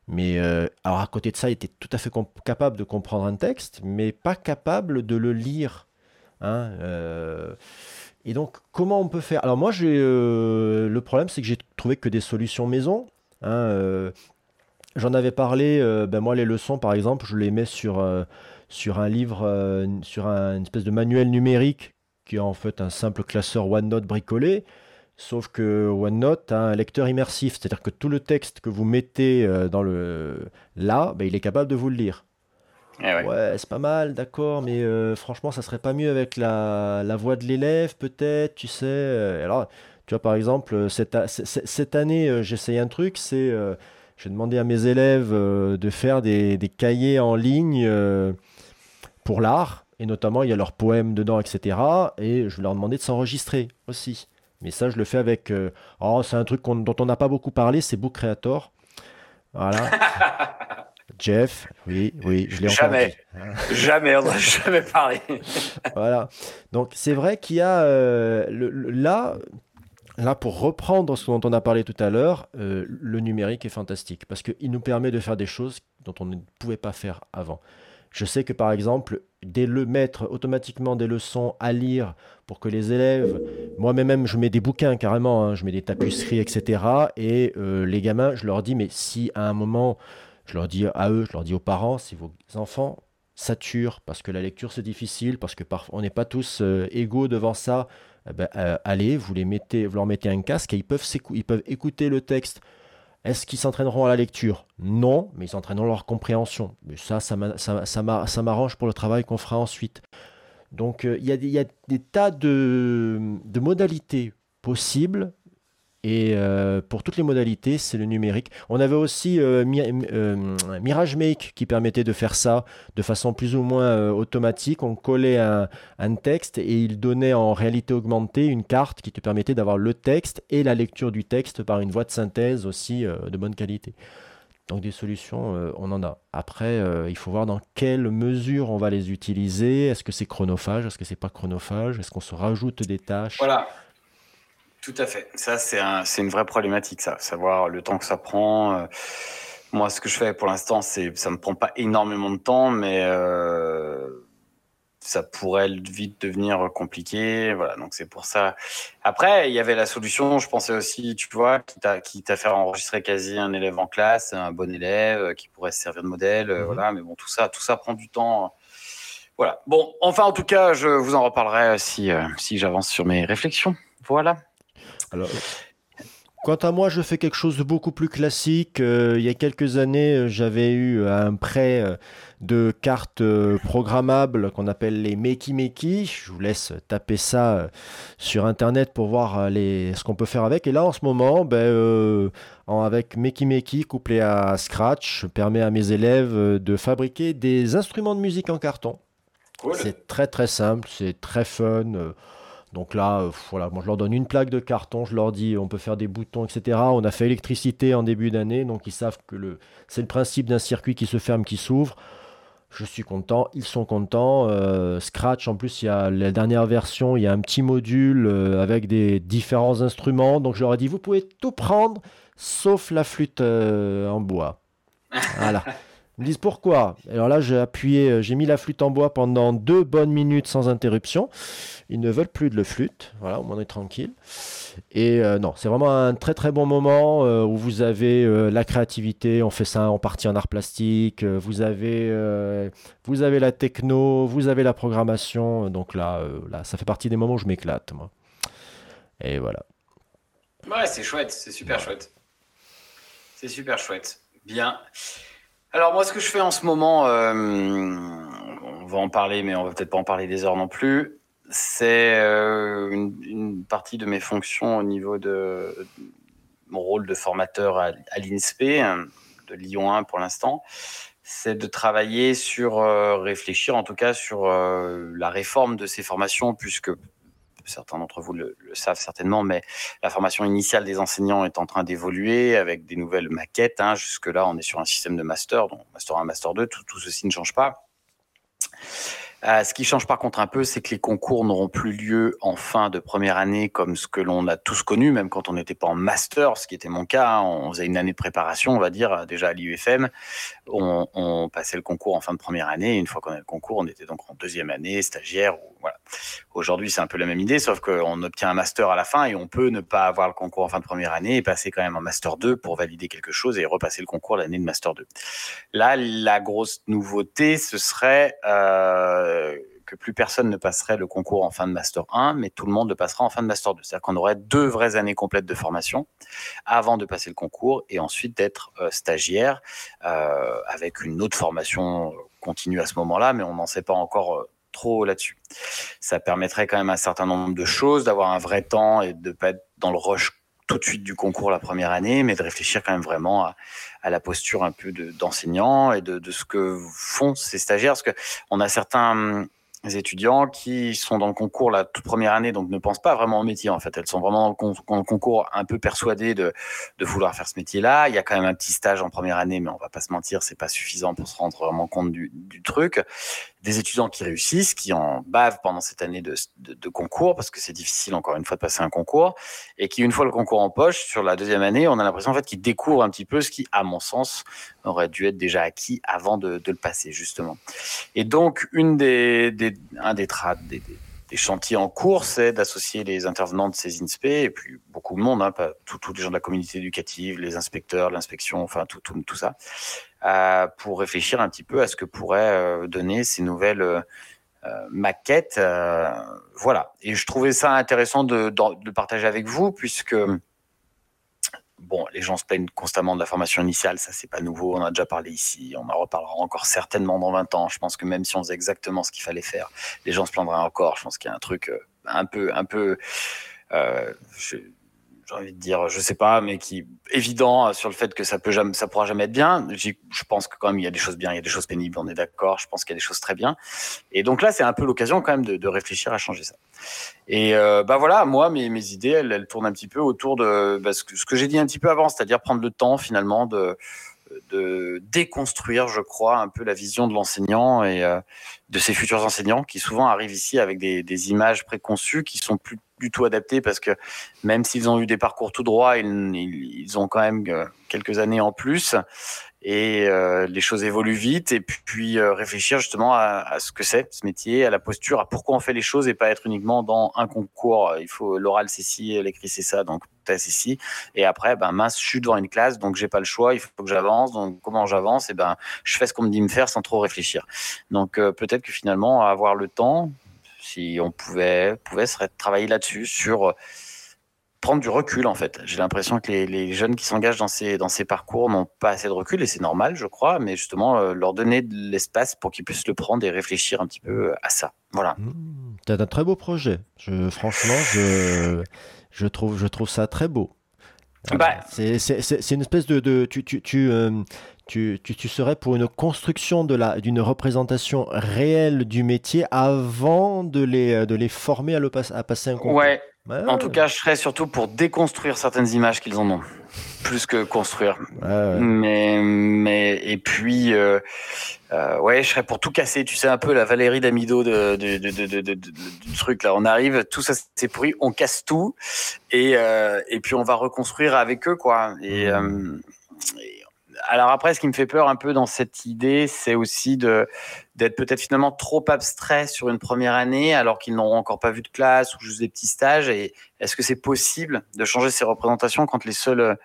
Mais euh, alors à côté de ça, il était tout à fait comp- capable de comprendre un texte, mais pas capable de le lire. Hein, euh, et donc, comment on peut faire? Alors moi, j'ai euh, le problème, c'est que j'ai trouvé que des solutions maison. Hein, euh, j'en avais parlé. Euh, ben moi, les leçons, par exemple, je les mets sur euh, sur un livre, euh, sur un- une espèce de manuel numérique qui est en fait un simple classeur OneNote bricolé. Sauf que OneNote a un lecteur immersif, c'est-à-dire que tout le texte que vous mettez euh, dans le là, ben, il est capable de vous le lire. Eh ouais. Ouais, c'est pas mal, d'accord, mais euh, franchement, ça serait pas mieux avec la, la voix de l'élève, peut-être, tu sais. euh, Alors, tu vois, par exemple, euh, cette, a- c- c- cette année, euh, j'essaye un truc, c'est, euh, j'ai demandé à mes élèves euh, de faire des, des cahiers en ligne euh, pour l'art, et notamment, il y a leurs poèmes dedans, et cetera. Et je leur ai demandé de s'enregistrer aussi. Mais ça, je le fais avec... euh, Oh, c'est un truc qu'on- dont on n'a pas beaucoup parlé, c'est Book Creator. Voilà. Jeff, oui, oui, je l'ai encore Jamais, dit. Hein. jamais, on n'a jamais parlé. Voilà. Donc c'est vrai qu'il y a euh, le- le- là, là pour reprendre ce dont on a parlé tout à l'heure, euh, le numérique est fantastique parce qu'il nous permet de faire des choses dont on ne pouvait pas faire avant. Je sais que par exemple, dès le mettre automatiquement des leçons à lire pour que les élèves, moi-même je mets des bouquins carrément, hein, je mets des tapisseries, et cetera. Et euh, les gamins, je leur dis, mais si à un moment, je leur dis à eux, je leur dis aux parents, si vos enfants saturent parce que la lecture c'est difficile, parce que parfois on n'est pas tous euh, égaux devant ça, eh ben, euh, allez, vous les mettez, vous leur mettez un casque et ils peuvent, s'écou- ils peuvent écouter le texte. Est-ce qu'ils s'entraîneront à la lecture? Non, mais ils s'entraîneront à leur compréhension. Mais ça, ça m'a- ça, ça m'a- ça m'arrange pour le travail qu'on fera ensuite. Donc, euh, il y a des, il y a des tas de, de modalités possibles. Et euh, pour toutes les modalités, c'est le numérique. On avait aussi euh, Mi- euh, Mirage Make qui permettait de faire ça de façon plus ou moins euh, automatique. On collait un, un texte et il donnait en réalité augmentée une carte qui te permettait d'avoir le texte et la lecture du texte par une voix de synthèse aussi euh, de bonne qualité. Donc des solutions, euh, on en a. Après, euh, il faut voir dans quelle mesure on va les utiliser. Est-ce que c'est chronophage? Est-ce que c'est pas chronophage? Est-ce qu'on se rajoute des tâches? Voilà, tout à fait. Ça, c'est un, c'est une vraie problématique, ça. Savoir le temps que ça prend. Euh, moi, ce que je fais pour l'instant, c'est, ça me prend pas énormément de temps, mais euh, ça pourrait vite devenir compliqué. Voilà, donc c'est pour ça. Après, il y avait la solution, je pensais aussi, tu vois, quitte à, quitte à faire enregistrer quasi un élève en classe, un bon élève euh, qui pourrait se servir de modèle. euh, Mhm. Voilà, mais bon, tout ça, tout ça prend du temps. Voilà. Bon, enfin, en tout cas, je vous en reparlerai si, euh, si j'avance sur mes réflexions. Voilà. Alors, quant à moi, je fais quelque chose de beaucoup plus classique. Euh, il y a quelques années, euh, j'avais eu un prêt euh, de cartes euh, programmables qu'on appelle les Makey Makey. Je vous laisse taper ça euh, sur Internet pour voir euh, les, ce qu'on peut faire avec. Et là, en ce moment, ben, euh, en- avec Makey Makey couplé à Scratch, je permets à mes élèves euh, de fabriquer des instruments de musique en carton. Cool. C'est très très simple, c'est très fun. euh, donc là, euh, voilà, moi je leur donne une plaque de carton, je leur dis on peut faire des boutons, et cetera. On a fait électricité en début d'année, donc ils savent que le, c'est le principe d'un circuit qui se ferme, qui s'ouvre. Je suis content, ils sont contents. Euh, Scratch, en plus, il y a la dernière version, il y a un petit module euh, avec des différents instruments. Donc je leur ai dit, vous pouvez tout prendre, sauf la flûte euh, en bois. Voilà. Ils me disent pourquoi. Alors là, j'ai appuyé, euh, j'ai mis la flûte en bois pendant deux bonnes minutes sans interruption. Ils ne veulent plus de le flûte. Voilà, au moins on est tranquille. Et euh, non, c'est vraiment un très très bon moment euh, où vous avez euh, la créativité. On fait ça en partie en art plastique. euh, vous avez, euh, vous avez la techno, vous avez la programmation. Donc là, euh, là, ça fait partie des moments où je m'éclate, moi. Et voilà. Ouais, c'est chouette, c'est super chouette. C'est super chouette. Bien. Alors moi, ce que je fais en ce moment, euh, on va en parler, mais on va peut-être pas en parler des heures non plus. C'est euh, une, une partie de mes fonctions au niveau de mon rôle de formateur à, à l'INSPE, hein, de Lyon un pour l'instant. C'est de travailler sur, euh, réfléchir en tout cas sur euh, la réforme de ces formations, puisque certains d'entre vous le, le savent certainement, mais la formation initiale des enseignants est en train d'évoluer avec des nouvelles maquettes. Hein. Jusque-là, on est sur un système de master, donc master un, master deux, tout, tout ceci ne change pas. Euh, ce qui change par contre un peu, c'est que les concours n'auront plus lieu en fin de première année comme ce que l'on a tous connu, même quand on n'était pas en master, ce qui était mon cas. Hein, on faisait une année de préparation, on va dire, déjà à l'I U F M. On, on passait le concours en fin de première année. Et une fois qu'on a le concours, on était donc en deuxième année, stagiaire. Ou, voilà. Aujourd'hui, c'est un peu la même idée, sauf qu'on obtient un master à la fin et on peut ne pas avoir le concours en fin de première année et passer quand même en master deux pour valider quelque chose et repasser le concours l'année de master deux. Là, la grosse nouveauté, ce serait euh, que plus personne ne passerait le concours en fin de master un, mais tout le monde le passera en fin de master deux. C'est-à-dire qu'on aurait deux vraies années complètes de formation avant de passer le concours et ensuite d'être euh, stagiaire euh, avec une autre formation continue à ce moment-là, mais on n'en sait pas encore euh, trop là-dessus. Ça permettrait quand même un certain nombre de choses, d'avoir un vrai temps et de ne pas être dans le rush tout de suite du concours la première année, mais de réfléchir quand même vraiment à, à la posture un peu de, d'enseignant et de, de ce que font ces stagiaires. Parce qu'on a certains étudiants qui sont dans le concours la toute première année, donc ne pensent pas vraiment au métier en fait. Elles sont vraiment dans le, con- dans le concours un peu persuadées de, de vouloir faire ce métier-là. Il y a quand même un petit stage en première année, mais on va pas se mentir, c'est pas suffisant pour se rendre vraiment compte du, du truc. Des étudiants qui réussissent, qui en bavent pendant cette année de, de, de concours, parce que c'est difficile encore une fois de passer un concours, et qui une fois le concours en poche, sur la deuxième année, on a l'impression en fait qu'ils découvrent un petit peu ce qui, à mon sens, aurait dû être déjà acquis avant de, de le passer justement. Et donc une des, des un des, tra- des, des, des chantiers en cours, c'est d'associer les intervenants de ces INSPE et puis beaucoup de monde, hein, pas tous les gens de la communauté éducative, les inspecteurs, l'inspection, enfin tout, tout, tout ça. Euh, pour réfléchir un petit peu à ce que pourraient euh, donner ces nouvelles euh, maquettes. Euh, voilà. Et je trouvais ça intéressant de, de, de partager avec vous, puisque bon, les gens se plaignent constamment de la formation initiale, ça c'est pas nouveau, on en a déjà parlé ici, on en reparlera encore certainement dans vingt ans. Je pense que même si on faisait exactement ce qu'il fallait faire, les gens se plaindraient encore. Je pense qu'il y a un truc euh, un peu, un peu euh, je, j'ai envie de dire, je sais pas, mais qui est évident sur le fait que ça peut jamais, ça pourra jamais être bien. J'y, je pense que quand même il y a des choses bien, il y a des choses pénibles, on est d'accord. Je pense qu'il y a des choses très bien. Et donc là, c'est un peu l'occasion quand même de, de réfléchir à changer ça. Et euh, bah voilà, moi, mes, mes idées, elles, elles tournent un petit peu autour de bah, ce, que, ce que j'ai dit un petit peu avant, c'est-à-dire prendre le temps finalement de de déconstruire, je crois, un peu la vision de l'enseignant et euh, de ses futurs enseignants qui souvent arrivent ici avec des, des images préconçues qui sont plus du tout adaptées parce que même s'ils ont eu des parcours tout droit, ils, ils, ils ont quand même quelques années en plus et euh, les choses évoluent vite et puis euh, réfléchir justement à, à ce que c'est ce métier, à la posture, à pourquoi on fait les choses et pas être uniquement dans un concours. Il faut l'oral c'est ci, l'écrit c'est ça, donc c'est ici. Et après, ben mince, je suis devant une classe, donc j'ai pas le choix, il faut que j'avance. Donc comment j'avance? Et ben je fais ce qu'on me dit me faire sans trop réfléchir. Donc euh, peut-être que finalement avoir le temps, si on pouvait, pouvait serait travailler là-dessus sur euh, prendre du recul en fait. J'ai l'impression que les, les jeunes qui s'engagent dans ces, dans ces parcours n'ont pas assez de recul et c'est normal je crois, mais justement euh, leur donner de l'espace pour qu'ils puissent le prendre et réfléchir un petit peu à ça. Voilà. Mmh, t'as un très beau projet. Je, franchement, je, je, trouve, je trouve ça très beau. Bah, c'est, c'est, c'est, c'est une espèce de... de tu, tu, tu, euh, tu, tu, tu serais pour une construction de la, d'une représentation réelle du métier avant de les, de les former à, le, à passer un concours. Ouais. Ouais. En tout cas, je serais surtout pour déconstruire certaines images qu'ils en ont, plus que construire. Ouais, ouais. Mais, mais et puis, euh, euh, ouais, je serais pour tout casser. Tu sais un peu la Valérie Damido de, de, de, de, de, de, de, du truc là. On arrive, tout ça c'est pourri, on casse tout et euh, et puis on va reconstruire avec eux quoi. Et, mmh. euh, et alors après, ce qui me fait peur un peu dans cette idée, c'est aussi de d'être peut-être finalement trop abstrait sur une première année, alors qu'ils n'auront encore pas vu de classe ou juste des petits stages. Et est-ce que c'est possible de changer ces représentations quand les seules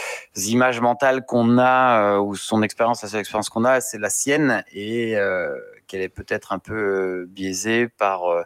images mentales qu'on a euh, ou son expérience, la seule expérience qu'on a, c'est la sienne et euh, qu'elle est peut-être un peu biaisée par euh,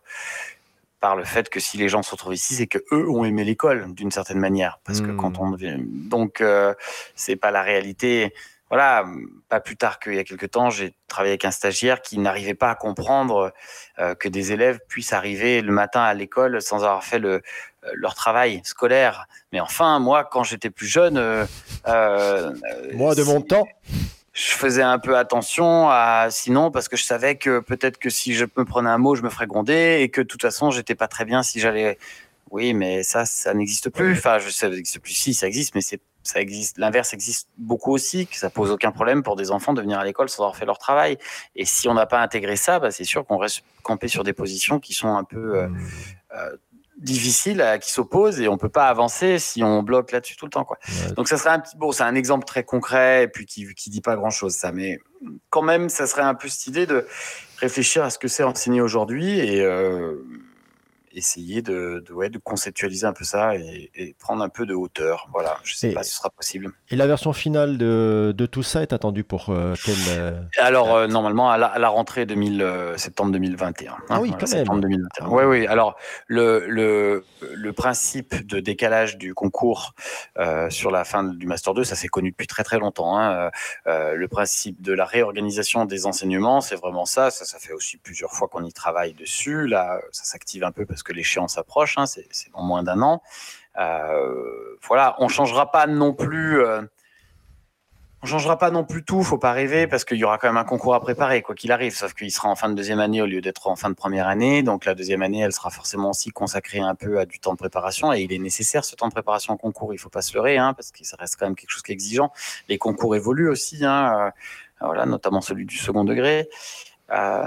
par le fait que si les gens se retrouvent ici, c'est que eux ont aimé l'école d'une certaine manière, parce que mmh. quand on donc euh, c'est pas la réalité. Voilà, pas plus tard qu'il y a quelques temps, j'ai travaillé avec un stagiaire qui n'arrivait pas à comprendre euh, que des élèves puissent arriver le matin à l'école sans avoir fait le, euh, leur travail scolaire. Mais enfin, moi, quand j'étais plus jeune, euh, euh, moi de mon temps. Je faisais un peu attention à sinon parce que je savais que peut-être que si je me prenais un mot, je me ferais gronder et que de toute façon, j'étais pas très bien si j'allais. Oui, mais ça, ça n'existe plus. Enfin, je sais, ça n'existe plus. Si, ça existe, mais c'est ça existe, l'inverse existe beaucoup aussi, que ça pose aucun problème pour des enfants de venir à l'école sans avoir fait leur travail. Et si on n'a pas intégré ça, bah, c'est sûr qu'on reste campé sur des positions qui sont un peu euh, euh, difficiles, à, qui s'opposent, et on peut pas avancer si on bloque là-dessus tout le temps, quoi. Ouais. Donc ça serait un petit, bon, c'est un exemple très concret et puis qui qui dit pas grand-chose, ça, mais quand même, ça serait un peu cette idée de réfléchir à ce que c'est enseigner aujourd'hui et euh, essayer de, de, ouais, de conceptualiser un peu ça et, et prendre un peu de hauteur. Voilà, je ne sais et, pas si ce sera possible. Et la version finale de, de tout ça est attendue pour euh, quelle euh... Alors, euh, normalement, à la, à la rentrée deux mille, euh, septembre deux mille vingt et un. Hein, ah oui, voilà, quand septembre même. deux mille vingt et un. Oui, oui. Alors, le, le, le principe de décalage du concours euh, sur la fin du Master deux, ça s'est connu depuis très, très longtemps. Hein. Euh, le principe de la réorganisation des enseignements, c'est vraiment ça. Ça, ça fait aussi plusieurs fois qu'on y travaille dessus. Là, ça s'active un peu parce que l'échéance approche, hein, c'est, c'est dans moins d'un an. Euh, voilà, on changera pas non plus, euh, on changera pas non plus tout. Faut pas rêver parce qu'il y aura quand même un concours à préparer, quoi qu'il arrive. Sauf qu'il sera en fin de deuxième année au lieu d'être en fin de première année. Donc la deuxième année, elle sera forcément aussi consacrée un peu à du temps de préparation. Et il est nécessaire ce temps de préparation au concours. Il faut pas se leurrer, hein, parce que ça reste quand même quelque chose qui est exigeant. Les concours évoluent aussi, hein, euh, voilà, notamment celui du second degré. Euh,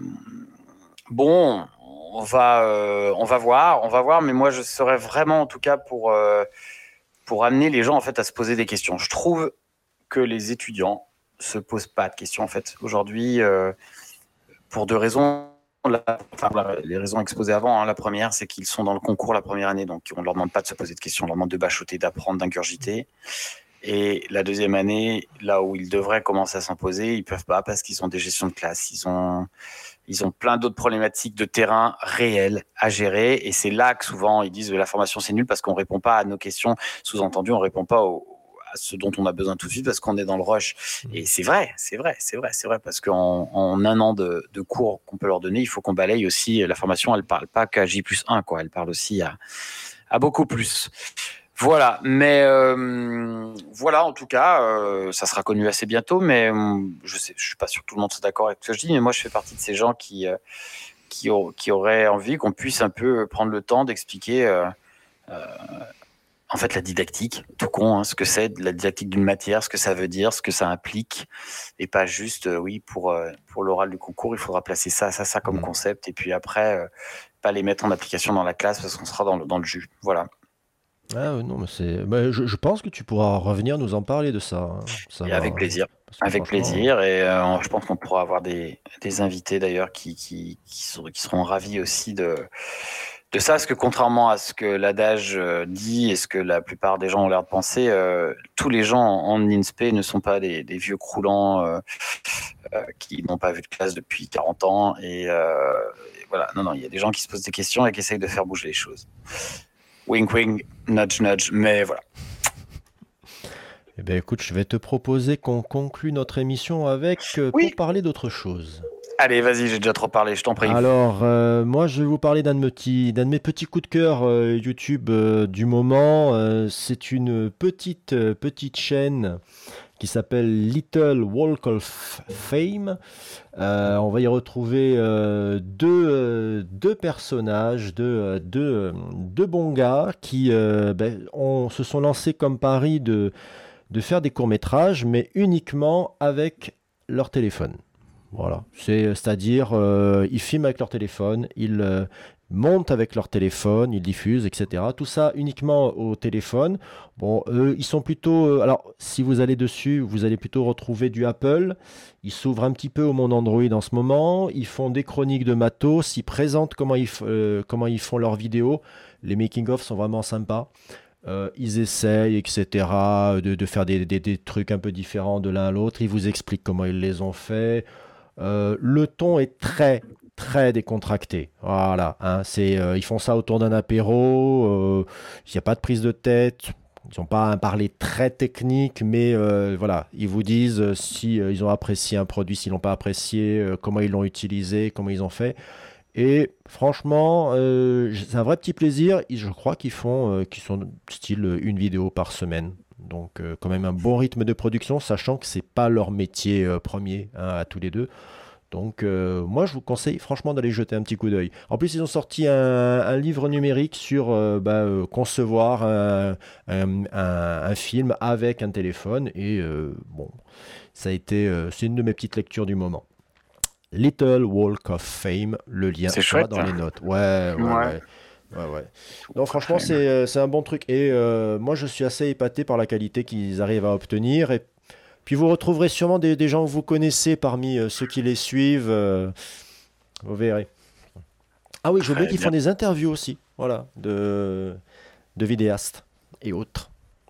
bon. On va, euh, on va voir, on va voir, mais moi je serais vraiment en tout cas pour, euh, pour amener les gens en fait à se poser des questions. Je trouve que les étudiants se posent pas de questions en fait aujourd'hui euh, pour deux raisons. La, enfin, les raisons exposées avant, hein. La première, c'est qu'ils sont dans le concours la première année, donc on leur demande pas de se poser de questions, on leur demande de bachoter, d'apprendre, d'ingurgiter. Et la deuxième année, là où ils devraient commencer à s'imposer, ils peuvent pas parce qu'ils ont des gestions de classe, ils ont Ils ont plein d'autres problématiques de terrain réelles à gérer. Et c'est là que souvent, ils disent que la formation, c'est nul parce qu'on ne répond pas à nos questions. Sous-entendu, on ne répond pas au, à ce dont on a besoin tout de suite parce qu'on est dans le rush. Et c'est vrai, c'est vrai, c'est vrai, c'est vrai. Parce qu'en en un an de, de cours qu'on peut leur donner, il faut qu'on balaye aussi. La formation, elle ne parle pas qu'à J plus un, quoi. Elle parle aussi à, à beaucoup plus. Voilà, mais euh, voilà, en tout cas, euh, ça sera connu assez bientôt, mais euh, je sais, je suis pas sûr que tout le monde soit d'accord avec ce que je dis, mais moi, je fais partie de ces gens qui euh, qui, au, qui auraient envie qu'on puisse un peu prendre le temps d'expliquer, euh, euh, en fait, la didactique, tout con, hein, ce que c'est, la didactique d'une matière, ce que ça veut dire, ce que ça implique, et pas juste, euh, oui, pour euh, pour l'oral du concours, il faudra placer ça, ça, ça comme mmh. concept, et puis après, euh, pas les mettre en application dans la classe parce qu'on sera dans le dans le jus, voilà. Ah non, mais c'est. Bah, je, je pense que tu pourras revenir nous en parler de ça. Hein. ça et va... avec plaisir. Avec plaisir. Et euh, je pense qu'on pourra avoir des, des invités d'ailleurs qui, qui, qui, sont, qui seront ravis aussi de, de ça. Parce que contrairement à ce que l'adage dit et ce que la plupart des gens ont l'air de penser, euh, tous les gens en, en INSPE ne sont pas des, des vieux croulants euh, euh, qui n'ont pas vu de classe depuis quarante ans. Et, euh, et voilà, non, non, il y a des gens qui se posent des questions et qui essayent de faire bouger les choses. Wink, wink, nudge, nudge, mais voilà. Eh bien, écoute, je vais te proposer qu'on conclue notre émission avec, euh, oui. pour parler d'autre chose. Allez, vas-y, j'ai déjà trop parlé, je t'en prie. Alors, euh, moi, je vais vous parler d'un de mes petits, d'un de mes petits coups de cœur euh, YouTube euh, du moment. Euh, c'est une petite, euh, petite chaîne qui s'appelle Little Walk of Fame. Euh, on va y retrouver euh, deux, euh, deux personnages, deux, deux, deux bons gars qui euh, ben, on, se sont lancés comme pari de, de faire des courts-métrages, mais uniquement avec leur téléphone. Voilà, c'est, c'est-à-dire euh, ils filment avec leur téléphone, ils euh, montent avec leur téléphone, ils diffusent, et cetera. Tout ça uniquement au téléphone. Bon, eux, ils sont plutôt... Euh, alors, si vous allez dessus, vous allez plutôt retrouver du Apple. Ils s'ouvrent un petit peu au monde Android en ce moment. Ils font des chroniques de matos. Ils présentent comment ils, euh, comment ils font leurs vidéos. Les making-of sont vraiment sympas. Euh, ils essayent, et cetera, de, de faire des, des, des trucs un peu différents de l'un à l'autre. Ils vous expliquent comment ils les ont fait. Euh, le ton est très, très décontracté. Voilà, hein, c'est, euh, ils font ça autour d'un apéro. Il euh, n'y a pas de prise de tête. Ils n'ont pas un parler très technique, mais euh, voilà, ils vous disent euh, si euh, ils ont apprécié un produit, s'ils l'ont pas apprécié, euh, comment ils l'ont utilisé, comment ils ont fait. Et franchement, euh, c'est un vrai petit plaisir. Je crois qu'ils font, euh, qu'ils sont style une vidéo par semaine. Donc euh, quand même un bon rythme de production, sachant que c'est pas leur métier euh, premier, hein, à tous les deux. Donc, euh, moi, je vous conseille franchement d'aller jeter un petit coup d'œil. En plus, ils ont sorti un, un livre numérique sur euh, bah, euh, concevoir un, un- un- un film avec un téléphone. Et euh, bon, ça a été, euh, c'est une de mes petites lectures du moment. Little Walk of Fame, le lien C'est sera chouette. dans les notes. Ouais, ouais, Ouais. ouais. Ouais, ouais. Non, franchement, c'est euh, c'est un bon truc. Et euh, moi, je suis assez épaté par la qualité qu'ils arrivent à obtenir. Et puis, vous retrouverez sûrement des, des gens que vous connaissez parmi euh, ceux qui les suivent. euh, vous verrez. Ah oui, j'ai oublié Très qu'ils bien. font des interviews aussi. Voilà, de, de vidéastes et autres.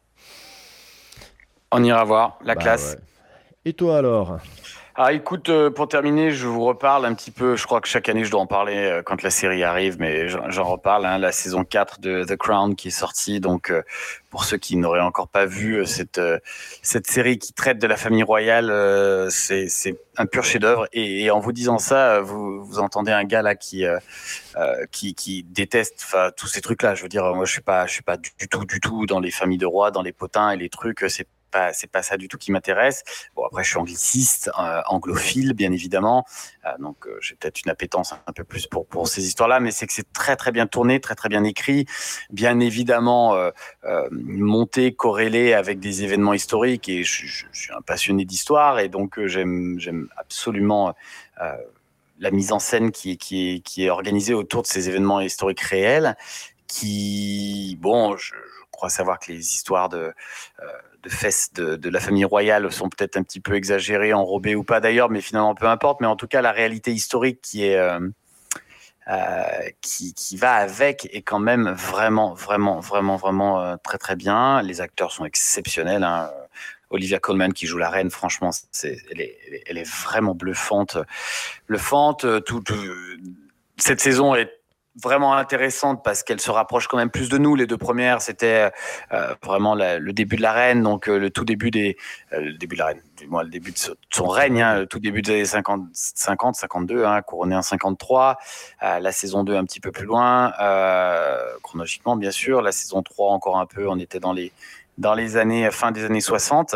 On ira voir la Bah classe. ouais. Et toi alors? Ah, écoute, euh, pour terminer, je vous reparle un petit peu. Je crois que chaque année, je dois en parler euh, quand la série arrive, mais j'en j'en reparle. Hein, la saison quatre de The Crown qui est sortie. Donc, euh, pour ceux qui n'auraient encore pas vu euh, cette euh, cette série qui traite de la famille royale, euh, c'est c'est un pur chef-d'œuvre. Et, et en vous disant ça, euh, vous vous entendez un gars là qui euh, euh, qui qui déteste, enfin, tous ces trucs-là. Je veux dire, moi, je suis pas je suis pas du, du tout du tout dans les familles de rois, dans les potins et les trucs. euh, C'est pas c'est pas ça du tout qui m'intéresse. Bon, après, je suis angliciste, euh, anglophile, bien évidemment. Euh, donc, euh, j'ai peut-être une appétence un peu plus pour, pour ces histoires-là, mais c'est que c'est très, très bien tourné, très, très bien écrit. Bien évidemment, euh, euh, monté, corrélé avec des événements historiques. Et je, je, je suis un passionné d'histoire. Et donc, euh, j'aime, j'aime absolument euh, la mise en scène qui, qui, est, qui est organisée autour de ces événements historiques réels. Qui, bon, je, je crois savoir que les histoires de. Euh, de fesses de, de la famille royale sont peut-être un petit peu exagérées, enrobées ou pas d'ailleurs, mais finalement peu importe. Mais en tout cas, la réalité historique qui est euh, euh, qui, qui va avec est quand même vraiment, vraiment, vraiment, vraiment euh, très très bien. Les acteurs sont exceptionnels. Hein. Olivia Colman qui joue la reine, franchement, c'est, elle, est, elle, est, elle est vraiment bluffante. Bluffante. Tout, tout, cette saison est vraiment intéressante parce qu'elle se rapproche quand même plus de nous. Les deux premières, c'était euh, vraiment la, le début de la reine, donc euh, le tout début des, euh, le début de la reine, du moins le début de, ce, de son règne, hein, le tout début des années cinquante, cinquante, cinquante-deux, hein, couronné en cinquante-trois. Euh, la saison deux un petit peu plus loin, euh, chronologiquement bien sûr. La saison trois encore un peu. On était dans les dans les années fin des années soixante.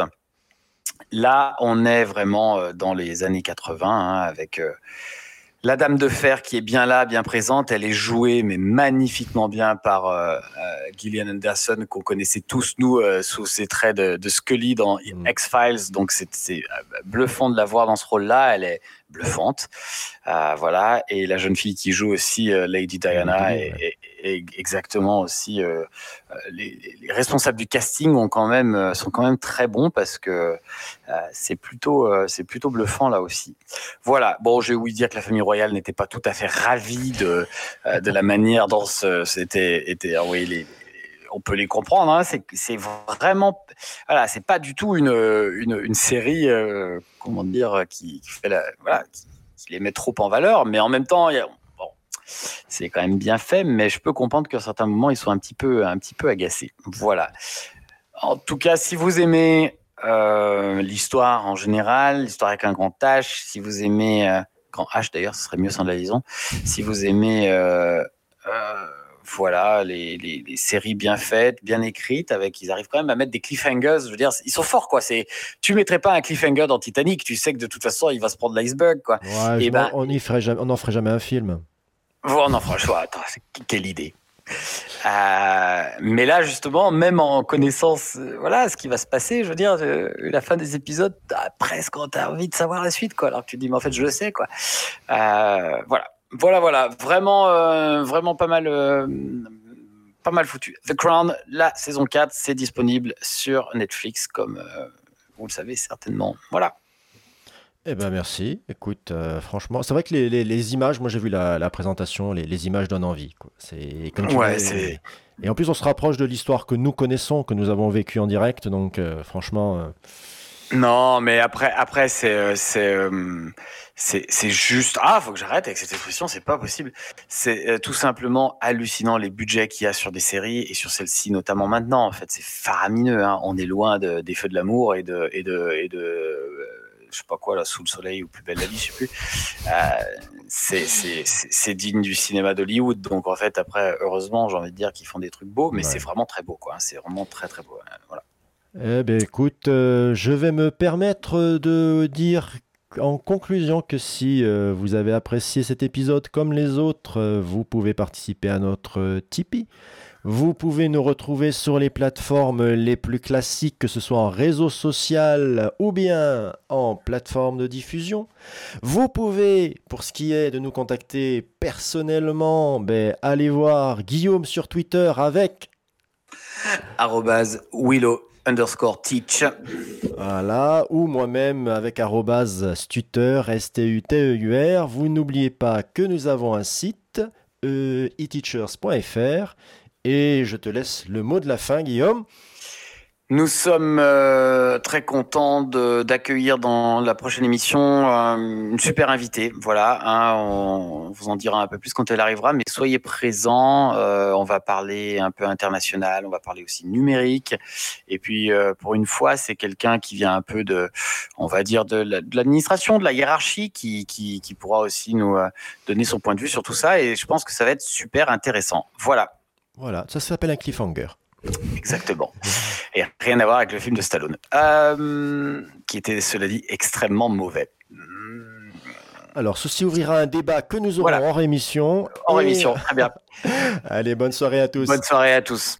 Là, on est vraiment dans les années quatre-vingts hein, avec euh, la Dame de Fer qui est bien là, bien présente. Elle est jouée, mais magnifiquement bien par euh, euh, Gillian Anderson, qu'on connaissait tous, nous, euh, sous ses traits de, de Scully dans mm. X-Files. Donc, c'est, c'est bluffant de la voir dans ce rôle-là. Elle est bluffante. Euh, voilà. Et la jeune fille qui joue aussi, euh, Lady Diana, est, est, est exactement aussi... Euh, les, les responsables du casting ont quand même, sont quand même très bons parce que euh, c'est, plutôt, euh, c'est plutôt bluffant, là aussi. Voilà. Bon, j'ai ouï dire que la famille royale n'était pas tout à fait ravie de, euh, de la manière dont ce, c'était était envoyé les... On peut les comprendre, hein, c'est, c'est vraiment, voilà, c'est pas du tout une, une, une série, euh, comment dire, qui, qui fait la, voilà, qui, qui les met trop en valeur, mais en même temps, il y a, bon, c'est quand même bien fait, mais je peux comprendre qu'à certains moments, ils sont un petit peu, un petit peu agacés. Voilà. En tout cas, si vous aimez euh, l'histoire en général, l'histoire avec un grand H, si vous aimez, euh, grand H d'ailleurs, ce serait mieux sans la liaison, si vous aimez, euh, euh, voilà, les, les, les séries bien faites, bien écrites, avec, ils arrivent quand même à mettre des cliffhangers. Je veux dire, ils sont forts, quoi. C'est, tu mettrais pas un cliffhanger dans Titanic, tu sais que de toute façon, il va se prendre l'iceberg, quoi. Ouais, et ben, ben, on n'y ferait jamais, on n'en ferait jamais un film. Oh non, franchement, attends, quelle idée. Euh, mais là, justement, même en connaissance, euh, voilà, ce qui va se passer, je veux dire, euh, la fin des épisodes, t'as presque t'as envie de savoir la suite, quoi. Alors que tu te dis, mais en fait, je le sais, quoi. Euh, voilà. Voilà, voilà, vraiment, euh, vraiment pas mal, euh, pas mal foutu. The Crown, la saison quatre, c'est disponible sur Netflix, comme euh, vous le savez certainement. Voilà. Eh ben merci. Écoute, euh, franchement, c'est vrai que les, les, les images, moi j'ai vu la, la présentation, les, les images donnent envie, quoi. C'est comme tu ouais, dis, c'est. Et en plus, on se rapproche de l'histoire que nous connaissons, que nous avons vécue en direct, donc euh, franchement. Euh... Non, mais après, après, c'est, c'est, euh, c'est, c'est juste. Ah, faut que j'arrête avec cette expression, c'est pas possible. C'est euh, tout simplement hallucinant les budgets qu'il y a sur des séries et sur celle-ci notamment maintenant. En fait, c'est faramineux. Hein. On est loin de, des Feux de l'amour et de et de et de. Euh, je sais pas quoi là, Sous le soleil ou Plus belle la vie, je sais plus. Euh, c'est, c'est, c'est, c'est digne du cinéma d'Hollywood. Donc en fait, après, heureusement, j'ai envie de dire qu'ils font des trucs beaux, mais ouais. C'est vraiment très beau, quoi. C'est vraiment très très beau. Voilà. Eh bien, écoute, euh, je vais me permettre de dire en conclusion que si euh, vous avez apprécié cet épisode comme les autres, euh, vous pouvez participer à notre euh, Tipeee. Vous pouvez nous retrouver sur les plateformes les plus classiques, que ce soit en réseau social ou bien en plateforme de diffusion. Vous pouvez, pour ce qui est de nous contacter personnellement, ben, aller voir Guillaume sur Twitter avec arrobase Willow underscore teach. Voilà, ou moi-même avec arrobase Stutter, S T U T E U R. Vous n'oubliez pas que nous avons un site, e teachers point f r. Et je te laisse le mot de la fin, Guillaume. Nous sommes euh, très contents de, d'accueillir dans la prochaine émission euh, une super invitée. Voilà, hein, on vous en dira un peu plus quand elle arrivera, mais soyez présents. Euh, on va parler un peu international, on va parler aussi numérique. Et puis, euh, pour une fois, c'est quelqu'un qui vient un peu de, on va dire, de, la, de l'administration, de la hiérarchie, qui, qui, qui pourra aussi nous euh, donner son point de vue sur tout ça. Et je pense que ça va être super intéressant. Voilà. Voilà, ça s'appelle un cliffhanger. Exactement. Et rien à voir avec le film de Stallone, euh, qui était, cela dit, extrêmement mauvais. Alors, ceci ouvrira un débat que nous aurons voilà. hors émission. Hors et... émission, très bien. Allez, bonne soirée à tous. Bonne soirée à tous.